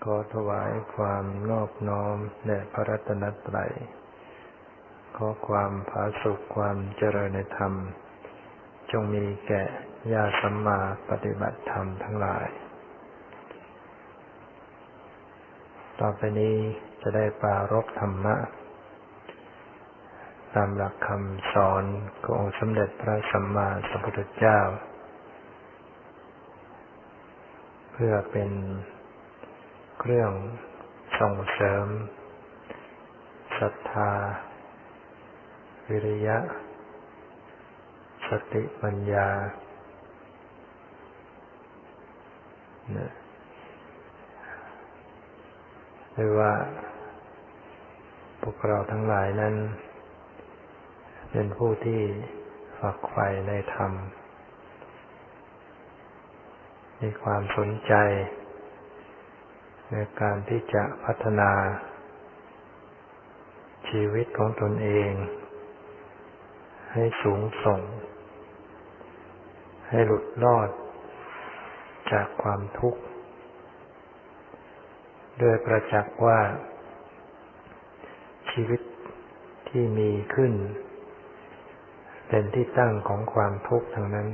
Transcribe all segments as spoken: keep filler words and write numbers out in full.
ขอถวายความนอบน้อมแด่พระรัตนตรัยขอความผาสุกความเจริญในธรรมจงมีแก่ญาติสัมมาปฏิบัติธรรมทั้งหลายต่อไปนี้จะได้ปรารภธรรมะตามหลักคำสอนขององค์สมเด็จพระสัมมาสัมพุทธเจ้าเพื่อเป็นเครื่องส่งเสริมศรัทธาวิริยะสติปัญญาหรือว่าพวกเราทั้งหลายนั้นเป็นผู้ที่ฝักใฝ่ในธรรมมีความสนใจในการที่จะพัฒนาชีวิตของตนเองให้สูงส่งให้หลุดรอดจากความทุกข์โดยประจักษ์ว่าชีวิตที่มีขึ้นเป็นที่ตั้งของความทุกข์ทั้งนั้น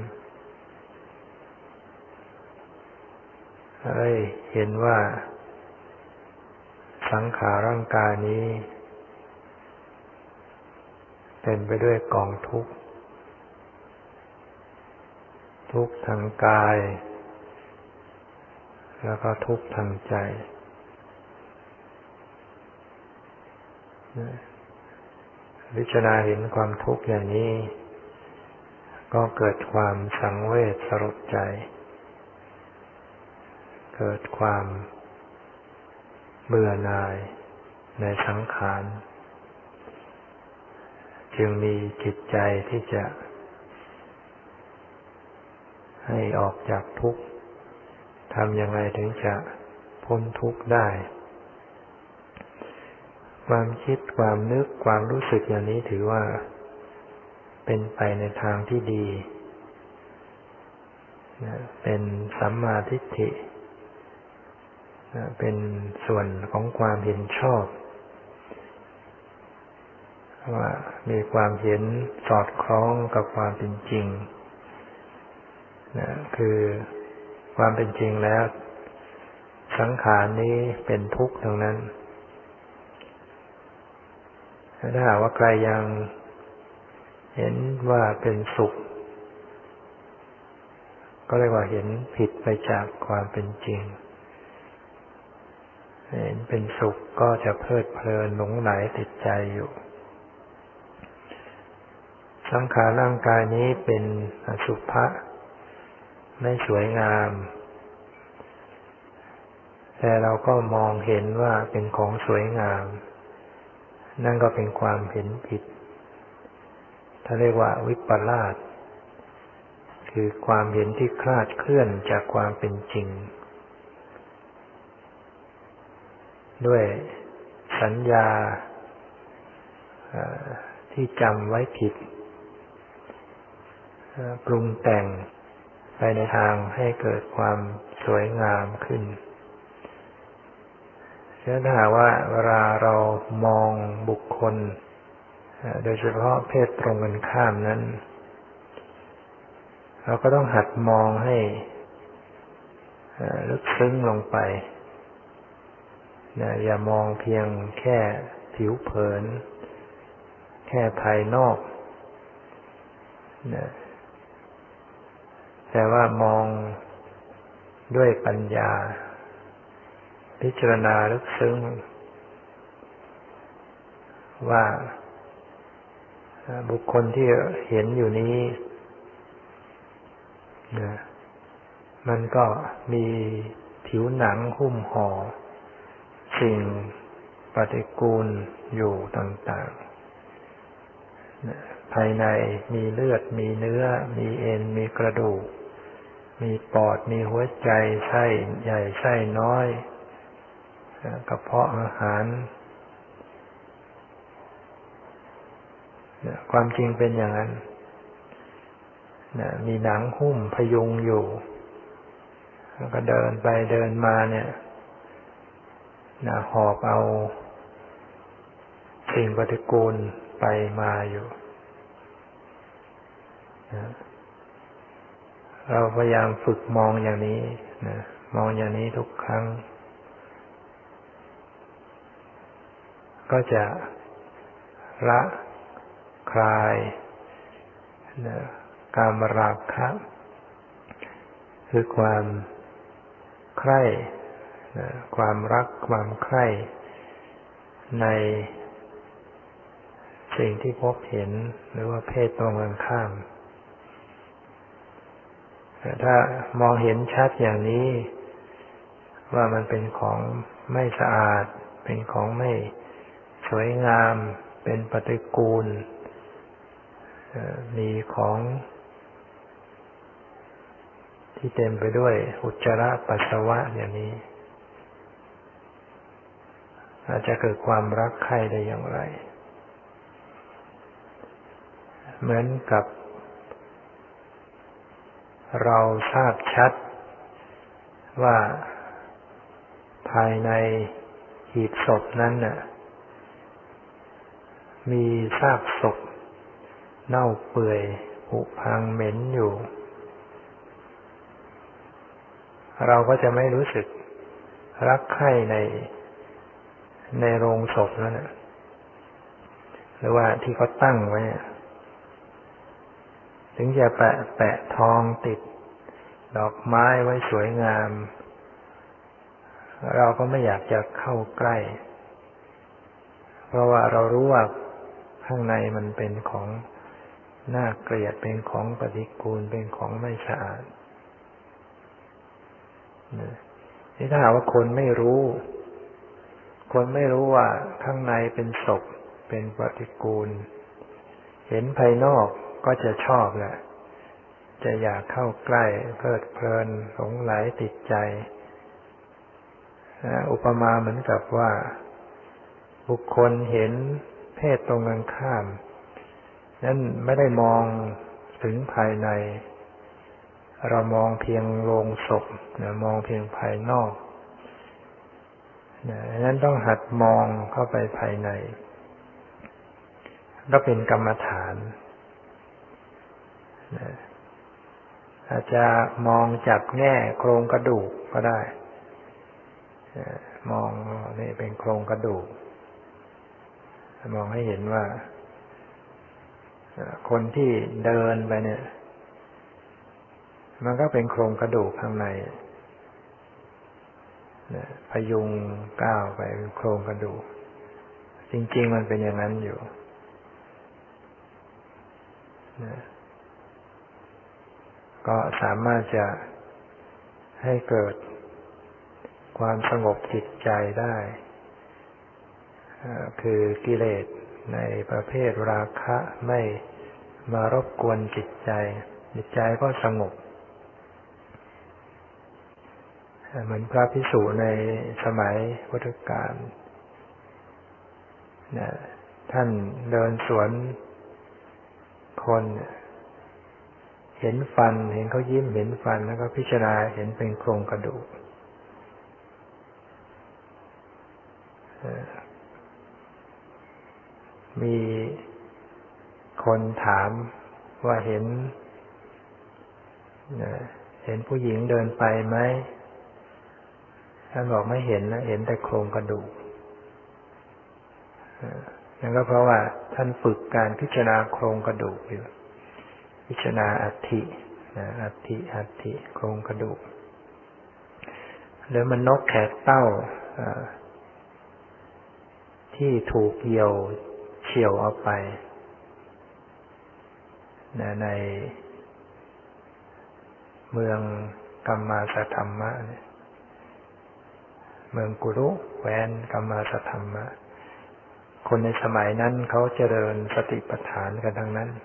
ให้เห็นว่าสังขารร่างกายนี้เป็นไปด้วยกองทุกข์ทุกข์ทางกายแล้วก็ทุกข์ทางใจพิจารณาเห็นความทุกข์อย่างนี้ก็เกิดความสังเวชสลดใจเกิดความเบื่อหน่ายในสังขารจึงมีจิตใจที่จะให้ออกจากทุกข์ทำยังไงถึงจะพ้นทุกข์ได้ความคิดความนึกความรู้สึกอย่างนี้ถือว่าเป็นไปในทางที่ดีเป็นสัมมาทิฏฐิเป็นส่วนของความเห็นชอบว่ามีความเห็นสอดคล้องกับความเป็นจริงนะคือความเป็นจริงแล้วสังขารนี้เป็นทุกข์ทั้งนั้นถ้าหากว่าใครยังเห็นว่าเป็นสุขก็เรียกว่าเห็นผิดไปจากความเป็นจริงเห็นเป็นสุขก็จะเพลิดเพลินหลงไหลติดใจอยู่สังขารร่างกายนี้เป็นอสุภะไม่สวยงามแต่เราก็มองเห็นว่าเป็นของสวยงามนั่นก็เป็นความเห็นผิดถ้าเรียกว่าวิปลาสคือความเห็นที่คลาดเคลื่อนจากความเป็นจริงด้วยสัญญาที่จำไว้ผิดปรุงแต่งไปในทางให้เกิดความสวยงามขึ้นถ้าหากว่าเวลาเรามองบุคคลโดยเฉพาะเพศตรงกันข้ามนั้นเราก็ต้องหัดมองให้ลึกซึ้งลงไปอย่ามองเพียงแค่ผิวเผินแค่ภายนอกแต่ว่ามองด้วยปัญญาพิจารณาลึกซึ้งว่าบุคคลที่เห็นอยู่นี้มันก็มีผิวหนังหุ้มห่อสิ่งปฏิกูลอยู่ต่างๆภายในมีเลือดมีเนื้อมีเอ็นมีกระดูกมีปอดมีหัวใจไส้ใหญ่ไส้น้อยกระเพาะอาหารความจริงเป็นอย่างนั้นมีหนังหุ้มพยุงอยู่แล้วก็เดินไปเดินมาเนี่ยนะหอบเอาสิ่งปฏิกูลไปมาอยู่นะเราพยายามฝึกมองอย่างนี้นะมองอย่างนี้ทุกครั้งก็จะละคลายนะกามราคะคือความใคร่นะความรักความใคร่ในสิ่งที่พบเห็นหรือว่าเพศตรงกันข้ามแต่ถ้ามองเห็นชัดอย่างนี้ว่ามันเป็นของไม่สะอาดเป็นของไม่สวยงามเป็นปฏิกูลมีของที่เต็มไปด้วยอุจจาระปัสสาวะอย่างนี้อาจจะเกิดความรักใคร่ได้อย่างไรเหมือนกับเราทราบชัดว่าภายในหีบศพนั้นน่ะมีซากศพเน่าเปื่อยผุพังเหม็นอยู่เราก็จะไม่รู้สึกรักใคร่ในในโรงศพนั่นน่ะหรือว่าที่เขาตั้งไว้ถึงจะแปะแปะทองติดดอกไม้ไว้สวยงามเราก็ไม่อยากจะเข้าใกล้เพราะว่าเรารู้ว่าข้างในมันเป็นของน่าเกลียดเป็นของปฏิกูลเป็นของไม่สะอาดนี่ถ้าหากว่าคนไม่รู้คนไม่รู้ว่าข้างในเป็นศพเป็นปฏิกูลเห็นภายนอกก็จะชอบแหละจะอยากเข้าใกล้เพลิดเพลินหลงไหลติดใจอุปมาเหมือนกับว่าบุคคลเห็นเพศตรงกันข้ามนั้นไม่ได้มองถึงภายในเรามองเพียงโลงศพนะมองเพียงภายนอกนะนั้นต้องหัดมองเข้าไปภายในก็เป็นกรรมฐานนะอาจจะมองจับแง่โครงกระดูกก็ได้มองนี่เป็นโครงกระดูกมองให้เห็นว่าคนที่เดินไปเนี่ยมันก็เป็นโครงกระดูกข้างในพยุงก้าวไปเป็นโครงกระดูกจริงๆมันเป็นอย่างนั้นอยู่ก็สามารถจะให้เกิดความสงบจิตใจได้คือกิเลสในประเภทราคะไม่มารบกวนจิตใจจิตใจก็สงบเหมือนพระภิกษุในสมัยพุทธกาลท่านเดินสวนคนเห็นฟันเห็นเขายิ้มเห็นฟันแล้วก็พิจารณาเห็นเป็นโครงกระดูกมีคนถามว่าเห็นเห็นผู้หญิงเดินไปไหมท่านบอกไม่เห็นนะเห็นแต่โครงกระดูกนั่นก็เพราะว่าท่านฝึกการพิจารณาโครงกระดูกอยู่พิจารณาอัฐิอัฐิอัฐิโครงกระดูกหรือมันนกแขกเต้าที่ถูกเหยี่ยวเฉี่ยวเอาไปในเมืองกัมมาสธัมมะเมืองกุรุแคว้นกัมมาสธัมมะคนในสมัยนั้นเขาเจริญสติปัฏฐานกันทั้งนั้น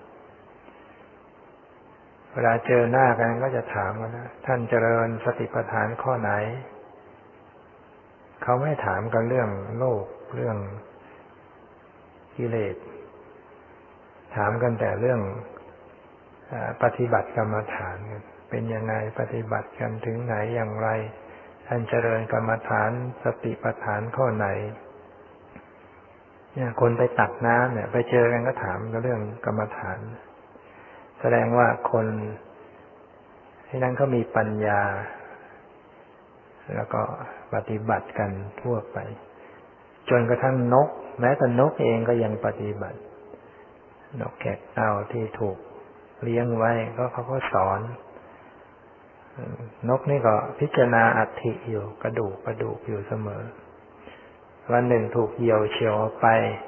เวลาเจอหน้ากันก็จะถามกันนะท่านเจริญสติปัฏฐานข้อไหนเขาไม่ถามกันเรื่องโลกเรื่องกิเลสถามกันแต่เรื่องปฏิบัติกรรมฐานเป็นยังไงปฏิบัติกันถึงไหนอย่างไรท่านเจริญกรรมฐานสติปัฏฐานข้อไหนเนี่ยคนไปตักน้ำเนี่ยไปเจอกันก็ถามเรื่องกรรมฐานแสดงว่าคนที่นั้นเขามีปัญญาแล้วก็ปฏิบัติกันทั่วไปจนกระทั่งนกแม้แต่นกเองก็ยังปฏิบัตินกแกะเต่าที่ถูกเลี้ยงไว้ก็เขาก็สอนนกนี่ก็พิจารณาอัฐิอยู่กระดูกกระดูกอยู่เสมอวันหนึ่งถูกเหยี่ยวเฉียวไป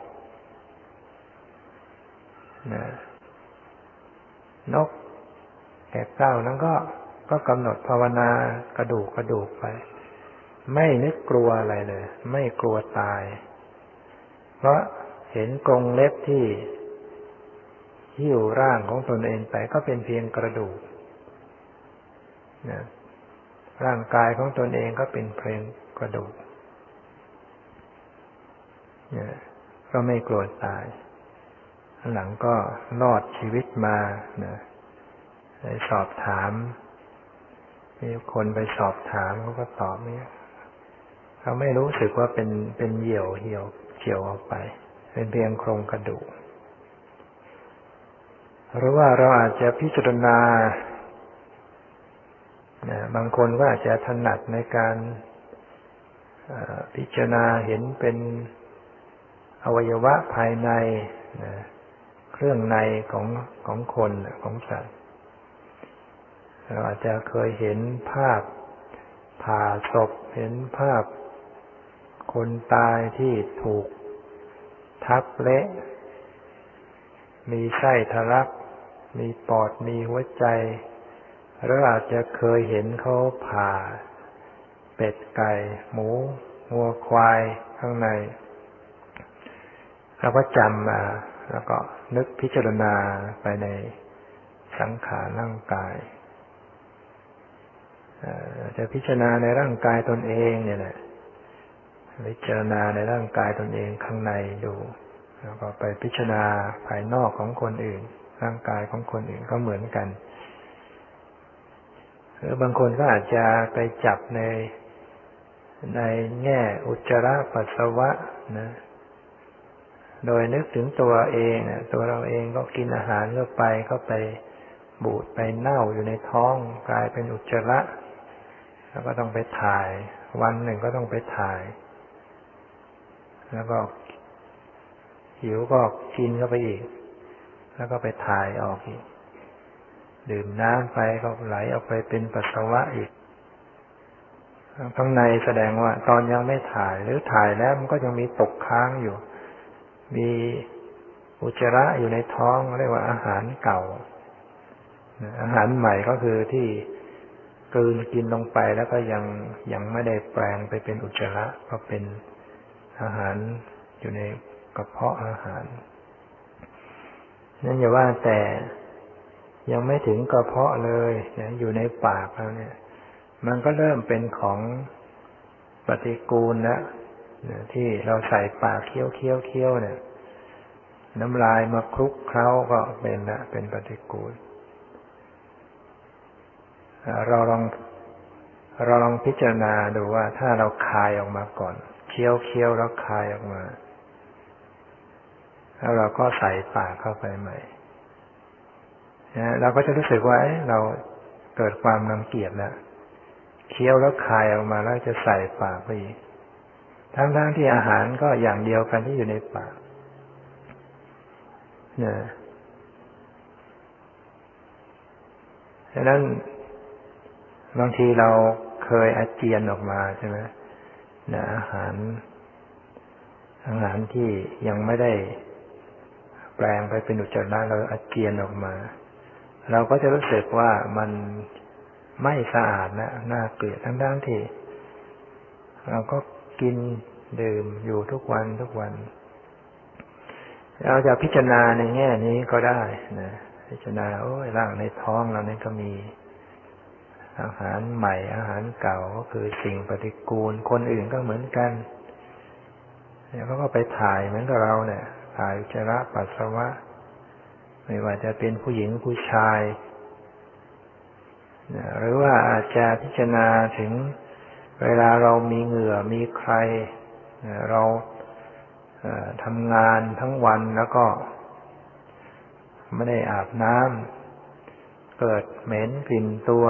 นะนกแกะเต่านั้นก็ก็กำหนดภาวนากระดูกกระดูกไปไม่นึกกลัวอะไรเลยไม่กลัวตายเพราะเห็นกรงเล็บที่หิ้วร่างของตนเองไปก็เป็นเพียงกระดูกนะร่างกายของตนเองก็เป็นเพียงกระดูกนะก็ไม่กลัวตายหลังก็รอดชีวิตมานะไปสอบถามมีคนไปสอบถามเขาก็ตอบเนี่ยเขาไม่รู้สึกว่าเป็นเป็นเหยี่ยวเหี่ยวเฉียวออกไปเป็นเพียงโครงกระดูกหรือว่าเราอาจจะพิจารณาบางคนก็อาจจะถนัดในการพิจารณาเห็นเป็นอวัยวะภายในเครื่องในของของคนของสัตว์เราอาจจะเคยเห็นภาพผ่าศพเห็นภาพคนตายที่ถูกทับเละมีไส้ทะลักมีปอดมีหัวใจหรืออาจจะเคยเห็นเขาผ่าเป็ดไก่หมูวัวควายข้างในเราก็จำมาแล้วก็นึกพิจารณาไปในสังขารร่างกายจะพิจารณาในร่างกายตนเองเนี่ยแหละพิจารณาในร่างกายตนเองข้างในดูแล้วก็ไปพิจารณาภายนอกของคนอื่นร่างกายของคนอื่นก็เหมือนกันหรือบางคนก็อาจจะไปจับในในแง่อุจจาระปัสสาวะนะโดยนึกถึงตัวเองตัวเราเองก็กินอาหารเข้าไปก็ไปบูดไปเน่าอยู่ในท้องกลายเป็นอุจจาระแล้วก็ต้องไปถ่ายวันหนึ่งก็ต้องไปถ่ายแล้วก็หิวก็กินเข้าไปอีกแล้วก็ไปถ่ายออกอีกดื่มน้ำไปก็ไหลออกไปเป็นปัสสาวะอีกข้างในแสดงว่าตอนยังไม่ถ่ายหรือถ่ายแล้วมันก็ยังมีตกค้างอยู่มีอุจจาระอยู่ในท้องเรียกว่าอาหารเก่าอาหารใหม่ก็คือที่กลืนกินลงไปแล้วก็ยังยังไม่ได้แปลงไปเป็นอุจจาระก็เป็นอาหารอยู่ในกระเพาะอาหารนั่นอย่าว่าแต่ยังไม่ถึงกระเพาะเลยอยู่ในปากแล้วเนี่ยมันก็เริ่มเป็นของปฏิกูลแล้วที่เราใส่ปากเคี้ยวเคี้ยวเคี้ยวเนี่ยน้ำลายมาคลุกเคล้าก็เป็นละเป็นปฏิกูลเราลองเราลองพิจารณาดูว่าถ้าเราคายออกมาก่อนเคี้ยวเคี้ยวแล้วคายออกมาแล้วเราก็ใส่ปากเข้าไปใหม่เราก็จะรู้สึกว่าเราเกิดความรังเกียจแล้วเคี้ยวแล้วคายออกมาแล้วจะใส่ปากไปอีกทั้งๆที่อาหารก็อย่างเดียวกันที่อยู่ในปากเนี่ยฉะนั้นบางทีเราเคยอาเจียนออกมาใช่ไหมเนี่ยอาหารอาหารที่ยังไม่ได้แปลงไปเป็นอุจจาระเราอาเจียนออกมาเราก็จะรู้สึกว่ามันไม่สะอาดนะน่าเกลียดทั้งๆที่เราก็กินดื่มอยู่ทุกวันทุกวันเราจะพิจารณาในแง่นี้ก็ได้นะพิจารณาโอ้ยร่างในท้องเราเนี่ยก็มีอาหารใหม่อาหารเก่าก็คือสิ่งปฏิกูลคนอื่นก็เหมือนกันเนี่ยเขาก็ไปถ่ายเหมือนกับเราเนี่ยถ่ายอุจจาระปัสสาวะไม่ว่าจะเป็นผู้หญิงผู้ชายหรือว่าอาจจะพิจารณาถึงเวลาเรามีเหงื่อมีใครเราทำงานทั้งวันแล้วก็ไม่ได้อาบน้ำเกิดเหม็นกลิ่นตัว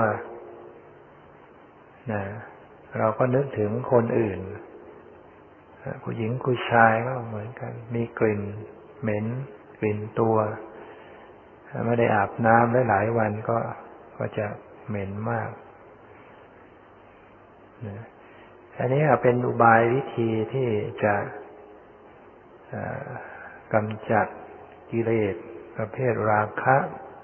นะเราก็นึกถึงคนอื่นผู้หญิงผู้ชายก็เหมือนกันมีกลิ่นเหม็นกลิ่นตัวไม่ได้อาบน้ำได้หลายวันก็ก็จะเหม็นมากนะอันนี้เป็นอุบายวิธีที่จะกำจัดกิเลสประเภทราคะ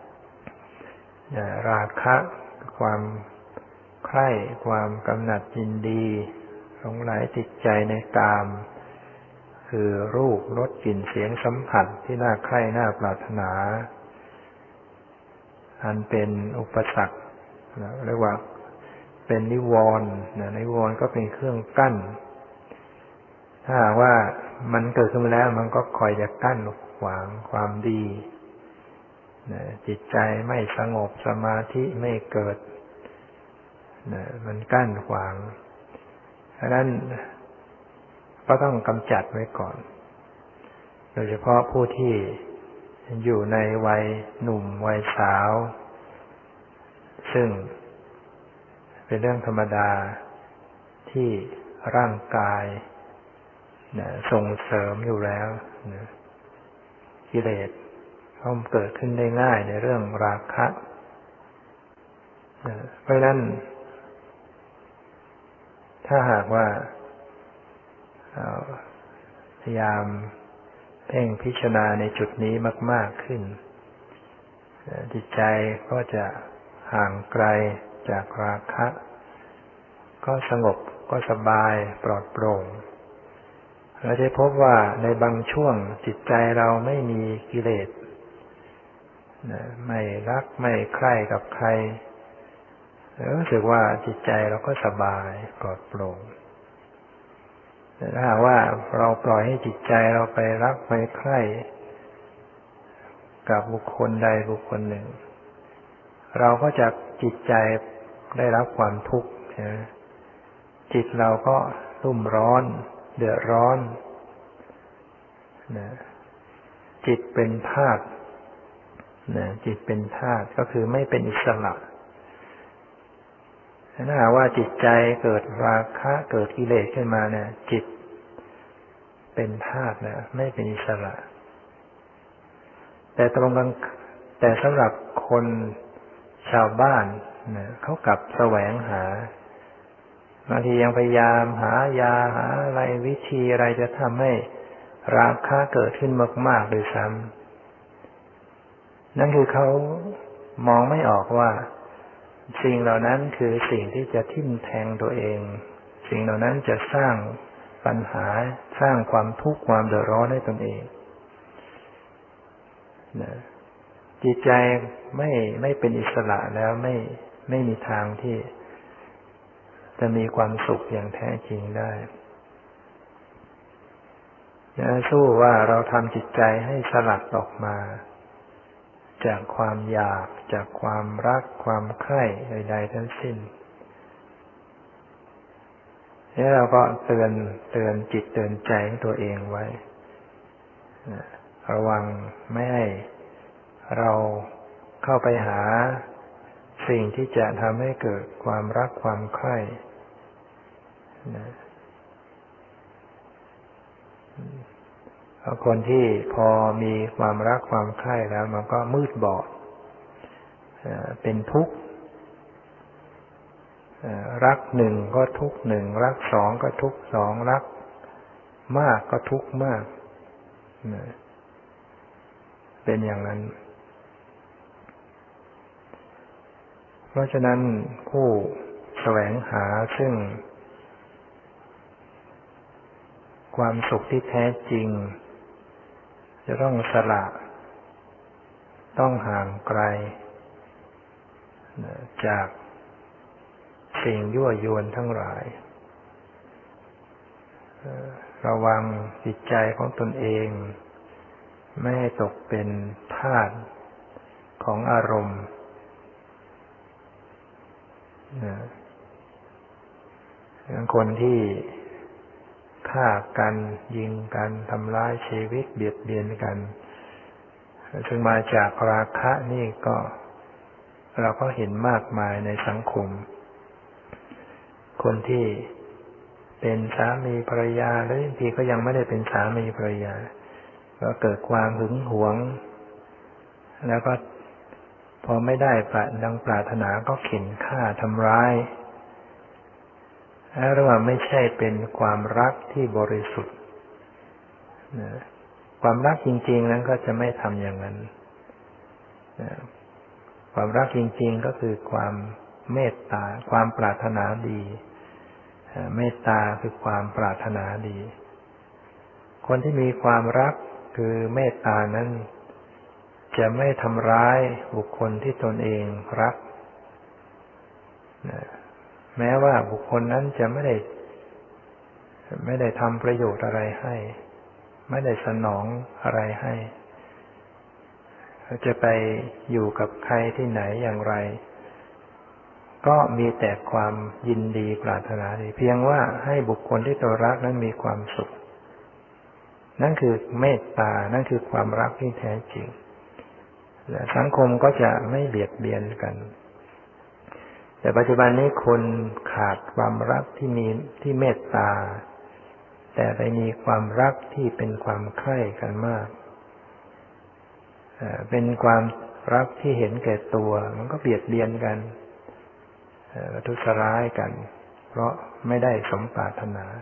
ราคะความใคร่ความกำหนัดยินดีหลงไหลติดใจในกามคือรูปรสกลิ่นเสียงสัมผัสที่น่าใคร่น่าปรารถนาอันเป็นอุปสรรคเรียกว่าเป็นนิวรณ์นิวรณ์ก็เป็นเครื่องกั้นถ้าว่ามันเกิดขึ้นมาแล้วมันก็คอยจะกั้นขวางความดีจิตใจไม่สงบสมาธิไม่เกิดมันกั้นขวางฉะนั้นก็ต้องกำจัดไว้ก่อนโดยเฉพาะผู้ที่อยู่ในวัยหนุ่มวัยสาวซึ่งเป็นเรื่องธรรมดาที่ร่างกายส่งเสริมอยู่แล้วกิเลสย่อมเกิดขึ้นได้ง่ายในเรื่องราคะเพราะฉะนั้นถ้าหากว่าพยายามเพ่งพิจารณาในจุดนี้มากๆขึ้นจิตใจก็จะห่างไกลจากราคะก็สงบก็สบายปลอดโปร่งเราจะพบว่าในบางช่วงจิตใจเราไม่มีกิเลสไม่รักไม่ใคร่กับใครรู้สึกว่าจิตใจเราก็สบายปลอดโปร่งแต่ถ้าหากว่าเราปล่อยให้จิตใจเราไปรักไปใคร่กับบุคคลใดบุคคลหนึ่งเราก็จะจิตใจได้รับความทุกข์จิตเราก็รุ่มร้อนเดือดร้อนจิตเป็นธาตุจิตเป็นธาตุก็คือไม่เป็นอิสระถ้าหากว่าจิตใจเกิดราคะเกิดกิเลสขึ้นมาเนี่ยจิตเป็นธาตุนะไม่เป็นอิสระแต่ตรงกันแต่สำหรับคนชาวบ้านนะเขากลับแสวงหาบางทียังพยายามหายาหาอะไรวิธีอะไรจะทำให้ราคะเกิดขึ้นมากๆโดยซ้ำนั่นคือเขามองไม่ออกว่าสิ่งเหล่านั้นคือสิ่งที่จะทิ่มแทงตัวเองสิ่งเหล่านั้นจะสร้างปัญหาสร้างความทุกข์ความเดือดร้อนให้ตนเองนะจิตใจไม่ไม่เป็นอิสระแล้วไม่ไม่มีทางที่จะมีความสุขอย่างแท้จริงได้จะสู้ว่าเราทำจิตใจให้สลัดออกมาจากความอยากจากความรักความใคร่ใดๆทั้งสิ้นนี่เราก็เตือนเตือนจิตเตือนใจของตัวเองไว้ระวังไม่ให้เราเข้าไปหาสิ่งที่จะทำให้เกิดความรักความใคร่คนที่พอมีความรักความใคร่แล้วมันก็มืดบอดเป็นทุกข์รักหนึ่งก็ทุกข์หนึ่งรักสองก็ทุกข์สองรักมากก็ทุกข์มากเป็นอย่างนั้นเพราะฉะนั้นผู้แสวงหาซึ่งความสุขที่แท้จริงจะต้องสละต้องห่างไกลจากสิ่งยั่วยวนทั้งหลายระวังจิตใจของตนเองไม่ให้ตกเป็นทาสของอารมณ์คนที่ฆ่ากันยิงกันทำร้ายชีวิตเบียดเบียนกันซึ่งมาจากราคะนี่ก็เราก็เห็นมากมายในสังคมคนที่เป็นสามีภรรยาหรือบางทีก็ยังไม่ได้เป็นสามีภรรยาก็เกิดความหึงหวงแล้วก็พอไม่ได้ปรารถนาดังปรารถนาก็เข็นฆ่าทำร้ายแล้วว่าไม่ใช่เป็นความรักที่บริสุทธิ์ความรักจริงๆนั้นก็จะไม่ทำอย่างนั้นความรักจริงๆก็คือความเมตตาความปรารถนาดีเมตตาคือความปรารถนาดีคนที่มีความรักคือเมตตานั้นจะไม่ทำร้ายบุคคลที่ตนเองรักแม้ว่าบุคคลนั้นจะไม่ได้ไม่ได้ทำประโยชน์อะไรให้ไม่ได้สนองอะไรให้จะไปอยู่กับใครที่ไหนอย่างไรก็มีแต่ความยินดีปรารถนาดีเพียงว่าให้บุคคลที่ตนรักนั้นมีความสุขนั่นคือเมตตานั่นคือความรักที่แท้จริงและสังคมก็จะไม่เบียดเบียนกันแต่ปัจจุบันนี้คนขาดความรักที่มีที่เมตตาแต่ไปมีความรักที่เป็นความใคร่กันมากเป็นความรักที่เห็นแก่ตัวมันก็เบียดเบียนกันทุษร้ายกันเพราะไม่ได้สมปรารถนา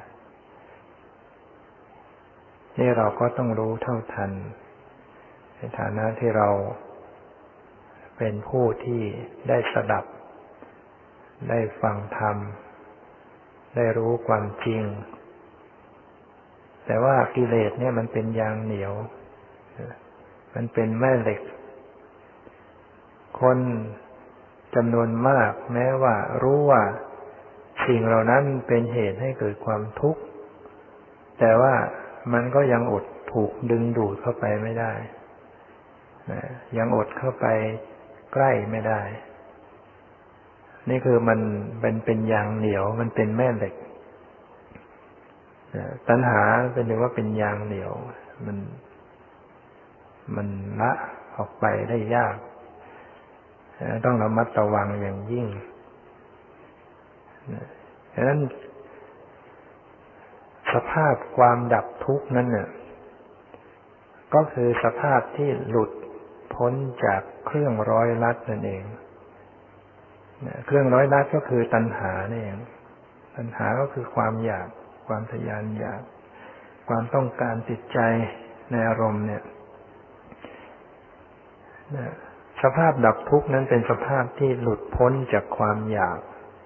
นี่เราก็ต้องรู้เท่าทันในฐานะที่เราเป็นผู้ที่ได้สดับได้ฟังธรรมได้รู้ความจริงแต่ว่ากิเลสเนี่ยมันเป็นยางเหนียวมันเป็นแม่เหล็กคนจำนวนมากแม้ว่ารู้ว่าสิ่งเหล่านั้นเป็นเหตุให้เกิดความทุกข์แต่ว่ามันก็ยังอดถูกดึงดูดเข้าไปไม่ได้ยังอดเข้าไปใกล้ไม่ได้นี่คือมันเป็นเป็นยางเหนียวมันเป็นแม่เหล็กตัณหาเป็นหรือว่าเป็นยางเหนียวมันมันละออกไปได้ยากต้องระมัดระวังอย่างยิ่งดังนั้นสภาพความดับทุกข์นั้นเนี่ยก็คือสภาพที่หลุดพ้นจากเครื่องร้อยลัดนั่นเองเครื่องร้อยลัดก็คือตัณหานี่เองตัณหาก็คือความอยากความทะยานอยากความต้องการติดใจในอารมณ์เนี่ยสภาพดับทุกข์นั้นเป็นสภาพที่หลุดพ้นจากความอยาก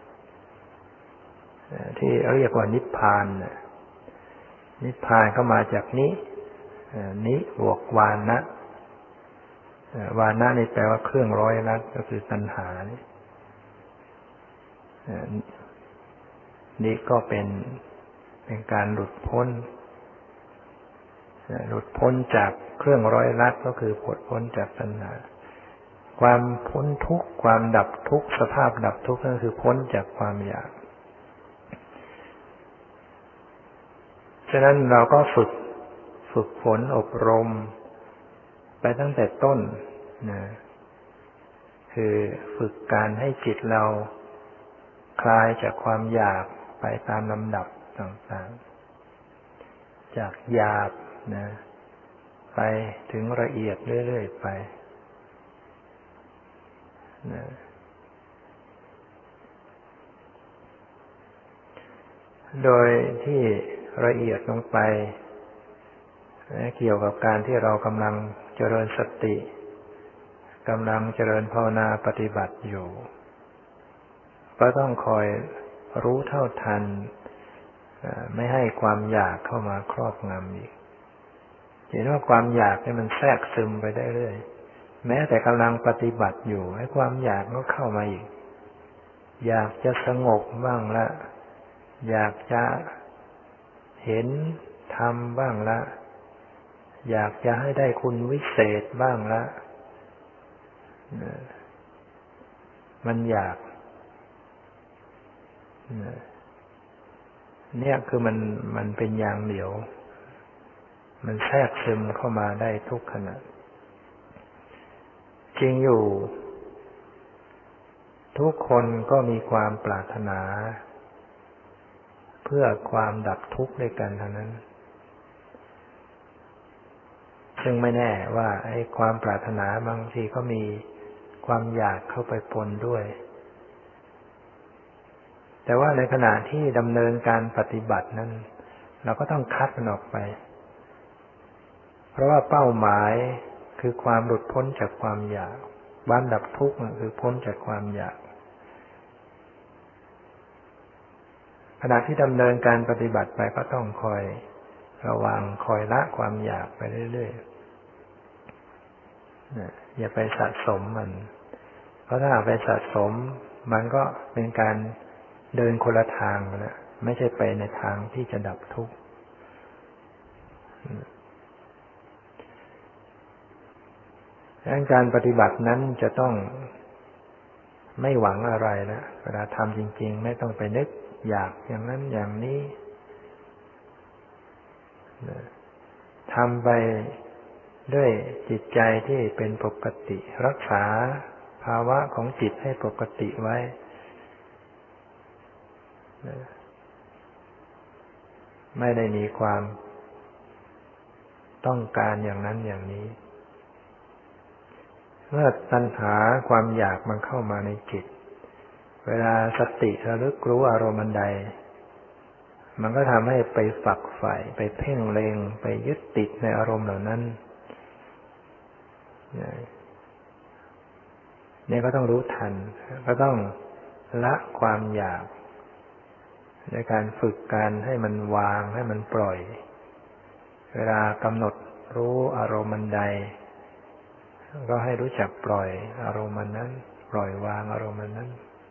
ที่เรียกว่านิพพานนิพพานก็มาจากนินิบวกวานะวานะนี่แปลว่าเครื่องร้อยลัดก็คือตัณหานี่นี่ก็เป็นเป็นการหลุดพ้นหลุดพ้นจากเครื่องร้อยลัดก็คือหลุดพ้นจากตัณหาความพ้นทุกข์ความดับทุกข์สภาพดับทุกข์นั่นคือพ้นจากความอยากฉะนั้นเราก็ฝึกฝึกฝนอบรมไปตั้งแต่ต้นนะคือฝึกการให้จิตเราคลายจากความอยากไปตามลำดับต่างๆจากหยาบนะไปถึงละเอียดเรื่อยๆไปนะโดยที่ละเอียดลงไปเกี่ยวกับการที่เรากำลังเจริญสติกำลังเจริญภาวนาปฏิบัติอยู่ก็ต้องคอยรู้เท่าทันไม่ให้ความอยากเข้ามาครอบงำอีกเห็นว่าความอยากเนี่ยมันแทรกซึมไปได้เรื่อยแม้แต่กำลังปฏิบัติอยู่ให้ความอยากก็เข้ามาอีกอยากจะสงบบ้างละอยากจะเห็นธรรมบ้างละอยากจะให้ได้คุณวิเศษบ้างละมันอยากเนี่ยคือมันมันเป็นยางเหนียวมันแทรกซึมเข้ามาได้ทุกขณะจริงอยู่ทุกคนก็มีความปรารถนาเพื่อความดับทุกข์ด้วยกันทั้งนั้นซึ่งไม่แน่ว่าไอ้ความปรารถนาบางทีก็มีความอยากเข้าไปปนด้วยแต่ว่าในขณะที่ดำเนินการปฏิบัตินั้นเราก็ต้องคัดมันออกไปเพราะว่าเป้าหมายคือความหลุดพ้นจากความอยากบ้านดับทุกข์คือพ้นจากความอยากขณะที่ดำเนินการปฏิบัติไปก็ต้องคอยระวังคอยละความอยากไปเรื่อยๆอย่าไปสะสมมันเพราะถ้าไปสะสมมันก็เป็นการเดินคนละทางแล้วไม่ใช่ไปในทางที่จะดับทุกข์ดังนั้นการปฏิบัตินั้นจะต้องไม่หวังอะไรนะเวลาทำจริงๆไม่ต้องไปนึกอยากอย่างนั้นอย่างนี้ทำไปด้วยจิตใจที่เป็นปกติรักษาภาวะของจิตให้ปกติไว้ไม่ได้มีความต้องการอย่างนั้นอย่างนี้เมื่อตัณหาความอยากมันเข้ามาในจิตเวลาสติระลึกรู้อารมณ์ใดมันก็ทำให้ไปฝักใฝ่ไปเพ่งเล็งไปยึดติดในอารมณ์เหล่านั้นเนี่ยก็ต้องรู้ทันก็ต้องละความอยากในการฝึกการให้มันวางให้มันปล่อยเวลากำหนดรู้อารมณ์ใดก็ให้รู้จักปล่อยอารมณ์นั้นปล่อยวางอารมณ์นั้น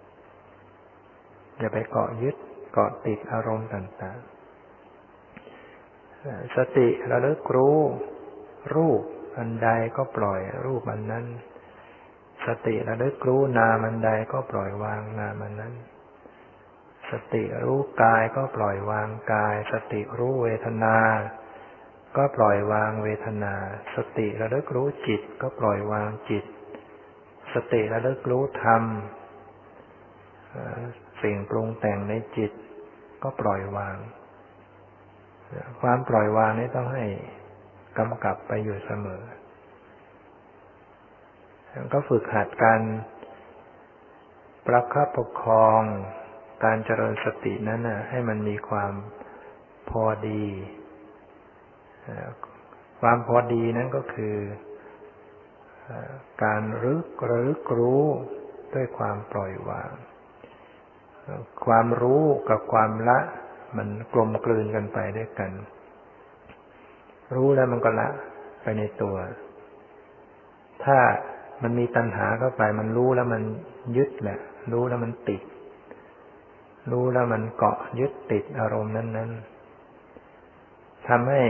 อย่าไปเกาะยึดเกาะติดอารมณ์ต่างๆสติระลึกรู้รูปอันใดก็ปล่อยรูปอันนั้นสติระลึกรู้นามอันใดก็ปล่อยวางนามอันนั้นสติรู้กายก็ปล่อยวางกายสติรู้เวทนาก็ปล่อยวางเวทนาสติระลึกรู้จิตก็ปล่อยวางจิตสติระลึกรู้ธรรมสิ่งปรุงแต่งในจิตก็ปล่อยวางความปล่อยวางนี้ต้องให้กำกับไปอยู่เสมอก็ฝึกหัดการประคับประคองการเจริญสตินั้นนะให้มันมีความพอดีความพอดีนั้นก็คือการรึกระลึกรู้ด้วยความปล่อยวางความรู้กับความละมันกลมกลืนกันไปด้วยกันรู้แล้วมันก็ละไปในตัวถ้ามันมีตัณหาเข้าไปมันรู้แล้วมันยึดแหละรู้แล้วมันติดรู้แล้วมันเกาะยึดติดอารมณ์นั้นๆทำให้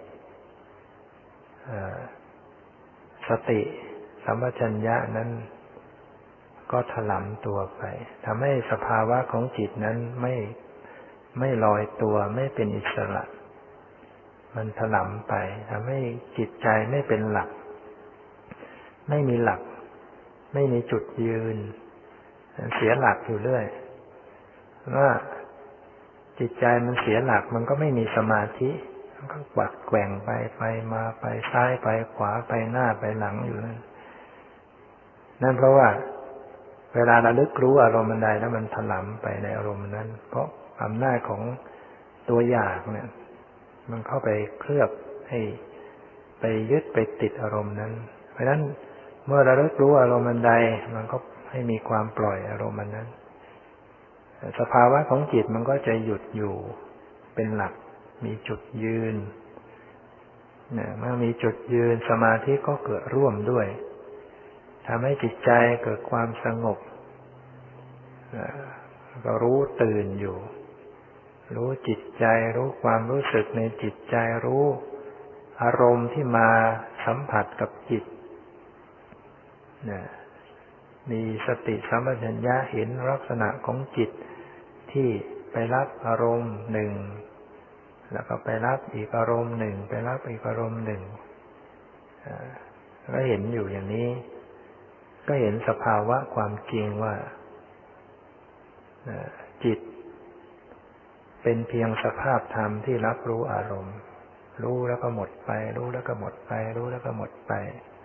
สติสัมปชัญญะนั้นก็ถลำตัวไปทำให้สภาวะของจิตนั้นไม่ไม่ลอยตัวไม่เป็นอิสระมันถลำไปทำให้จิตใจไม่เป็นหลักไม่มีหลักไม่มีจุดยืนเสียหลักอยู่เรื่อยว่าจิตใจมันเสียหลักมันก็ไม่มีสมาธิมันก็กวัดแกว่งไปไปมาไปซ้ายไปขวาไปหน้าไปหลังอยู่นั่นนั่นเพราะว่าเวลาระลึกรู้อารมณ์ใดแล้วมันถลำไปในอารมณ์นั้นเพราะอำนาจของตัวอยากเนี่ยมันเข้าไปเคลือบให้ไปยึดไปติดอารมณ์นั้นเพราะฉะนั้นเมื่อระลึกรู้อารมณ์ใดมันก็ให้มีความปล่อยอารมณ์นั้นสภาวะของจิตมันก็จะหยุดอยู่เป็นหลักมีจุดยืนเนี่ยเมื่อมีจุดยืนสมาธิก็เกิดร่วมด้วยทำให้จิตใจเกิดความสงบก็รู้ตื่นอยู่รู้จิตใจรู้ความรู้สึกในจิตใจรู้อารมณ์ที่มาสัมผัสกับจิตเนี่ยมีสติสัมปชัญญะเห็นลักษณะของจิตที่ไปรับอารมณ์หนึ่งแล้วก็ไปรับอีกอารมณ์หนึ่งไปรับอีกอารมณ์หนึ่งก็เห็นอยู่อย่างนี้ก็เห็นสภาวะความจริงว่าจิตเป็นเพียงสภาพธรรมที่รับรู้อารมณ์รู้แล้วก็หมดไปรู้แล้วก็หมดไปรู้แล้วก็หมดไป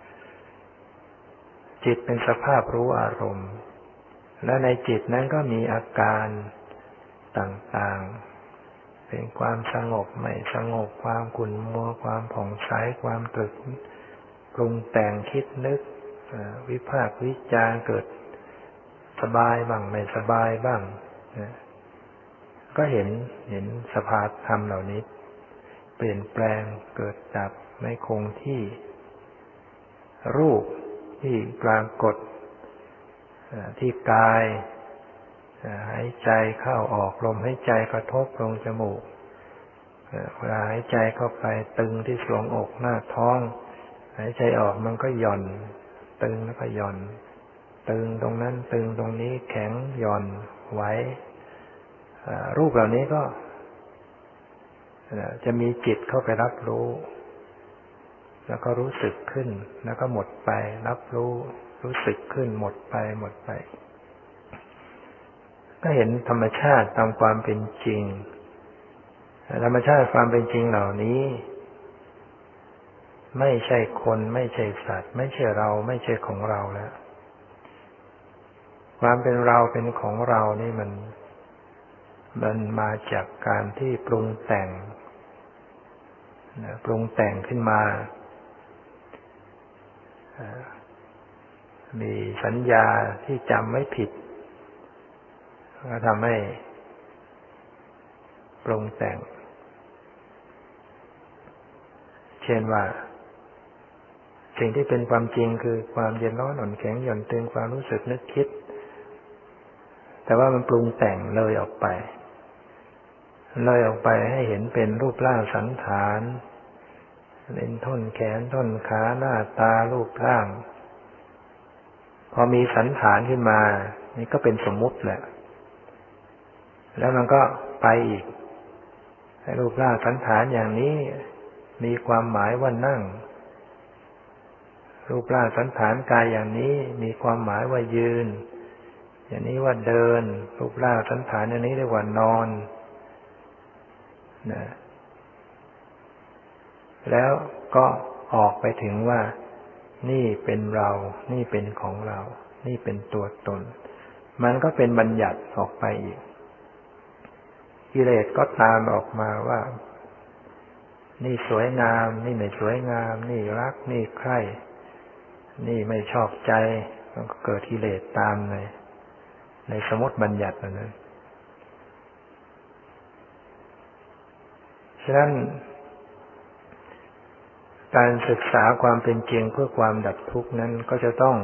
จิตเป็นสภาพรู้อารมณ์และในจิตนั้นก็มีอาการต่างๆเป็นความสงบไม่สงบความขุ่นมัวความผ่องใสความตรึกปรุงแต่งคิดนึกวิพากษ์วิจารณ์เกิดสบายบ้างไม่สบายบ้างก็เห็นเห็นสภาพธรรมเหล่านี้เปลี่ยนแปลงเกิดดับไม่คงที่รูปที่ปรากฏที่กายหายใจเข้าออกลมหายใจกระทบลงจมูกเวลาหายใจเข้าไปตึงที่ทรวงอกหน้าท้องหายใจออกมันก็หย่อนตึงแล้วก็หย่อนตึงตรงนั้นตึงตรงนี้แข็งหย่อนไว้รูปเหล่านี้ก็จะมีจิตเข้าไปรับรู้แล้วก็รู้สึกขึ้นแล้วก็หมดไปรับรู้รู้สึกขึ้นหมดไปหมดไปก็เห็นธรรมชาติตามความเป็นจริงธรรมชาติความเป็นจริงเหล่านี้ไม่ใช่คนไม่ใช่สัตว์ไม่ใช่เราไม่ใช่ของเราแล้วความเป็นเราเป็นของเรานี่มันมันมาจากการที่ปรุงแต่งปรุงแต่งขึ้นมามีสัญญาที่จำไม่ผิดก็ทำให้ปรุงแต่งเช่นว่าสิ่งที่เป็นความจริงคือความเย็นร้อนอ่อนแข็งหย่อนตึงความรู้สึกนึกคิดแต่ว่ามันปรุงแต่งเลยออกไปเลยออกไปให้เห็นเป็นรูปร่างสันฐานเป็นท่อนแขนท่อนขาหน้าตารูปร่างพอมีสันฐานขึ้นมานี่ก็เป็นสมมุติแหละแล้วมันก็ไปอีกรูปร่างสันฐานอย่างนี้มีความหมายว่านั่งรูปร่างสันฐานกายอย่างนี้มีความหมายว่ายืนอย่างนี้ว่าเดินรูปร่างสันฐานอย่างนี้เรียกว่านอนนะแล้วก็ออกไปถึงว่านี่เป็นเรานี่เป็นของเรานี่เป็นตัวตนมันก็เป็นบัญญัติออกไปอีกกิเลสก็ตามออกมาว่านี่สวยงามนี่ไม่สวยงามนี่รักนี่ใคร่นี่ไม่ชอบใจมันก็เกิดกิเลสตามเลยในสมมติบัญญัตินั้นฉะนั้นการศึกษาความเป็นจริงเพื่อความดับทุกข์นั้นก็จะต้อง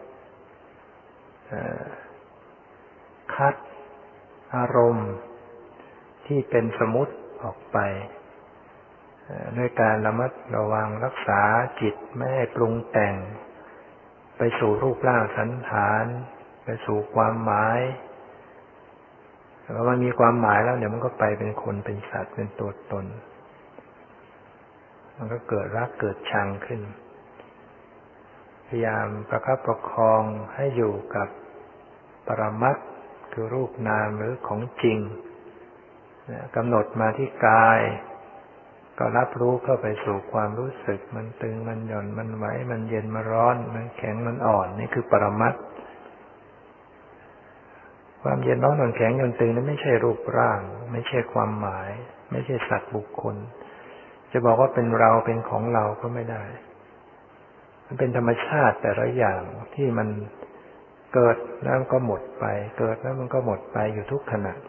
คัดอารมณ์ที่เป็นสมมุติออกไปด้วยการระมัดระวังรักษาจิตไม่ให้ปรุงแต่งไปสู่รูปร่างสันฐานไปสู่ความหมายแล้วมันมีความหมายแล้วเดี๋ยวมันก็ไปเป็นคนเป็นสัตว์เป็นตัวตนมันก็เกิดรักเกิดชังขึ้นพยายามประคับประคองให้อยู่กับปรมัตถ์คือรูปนามหรือของจริงกำหนดมาที่กายก็รับรู้เข้าไปสู่ความรู้สึกมันตึงมันหย่อนมันไหวมันเย็นมันร้อนมันแข็งมันอ่อนนี่คือปรมัตถ์ความเย็นร้อนอ่อนแข็งหย่อนตึงนั้นไม่ใช่รูปร่างไม่ใช่ความหมายไม่ใช่สัตว์บุคคลจะบอกว่าเป็นเราเป็นของเราก็ไม่ได้มันเป็นธรรมชาติแต่ละอย่างที่มันเกิดแล้วก็หมดไปเกิดแล้วมันก็หมดไปอยู่ทุกขณะ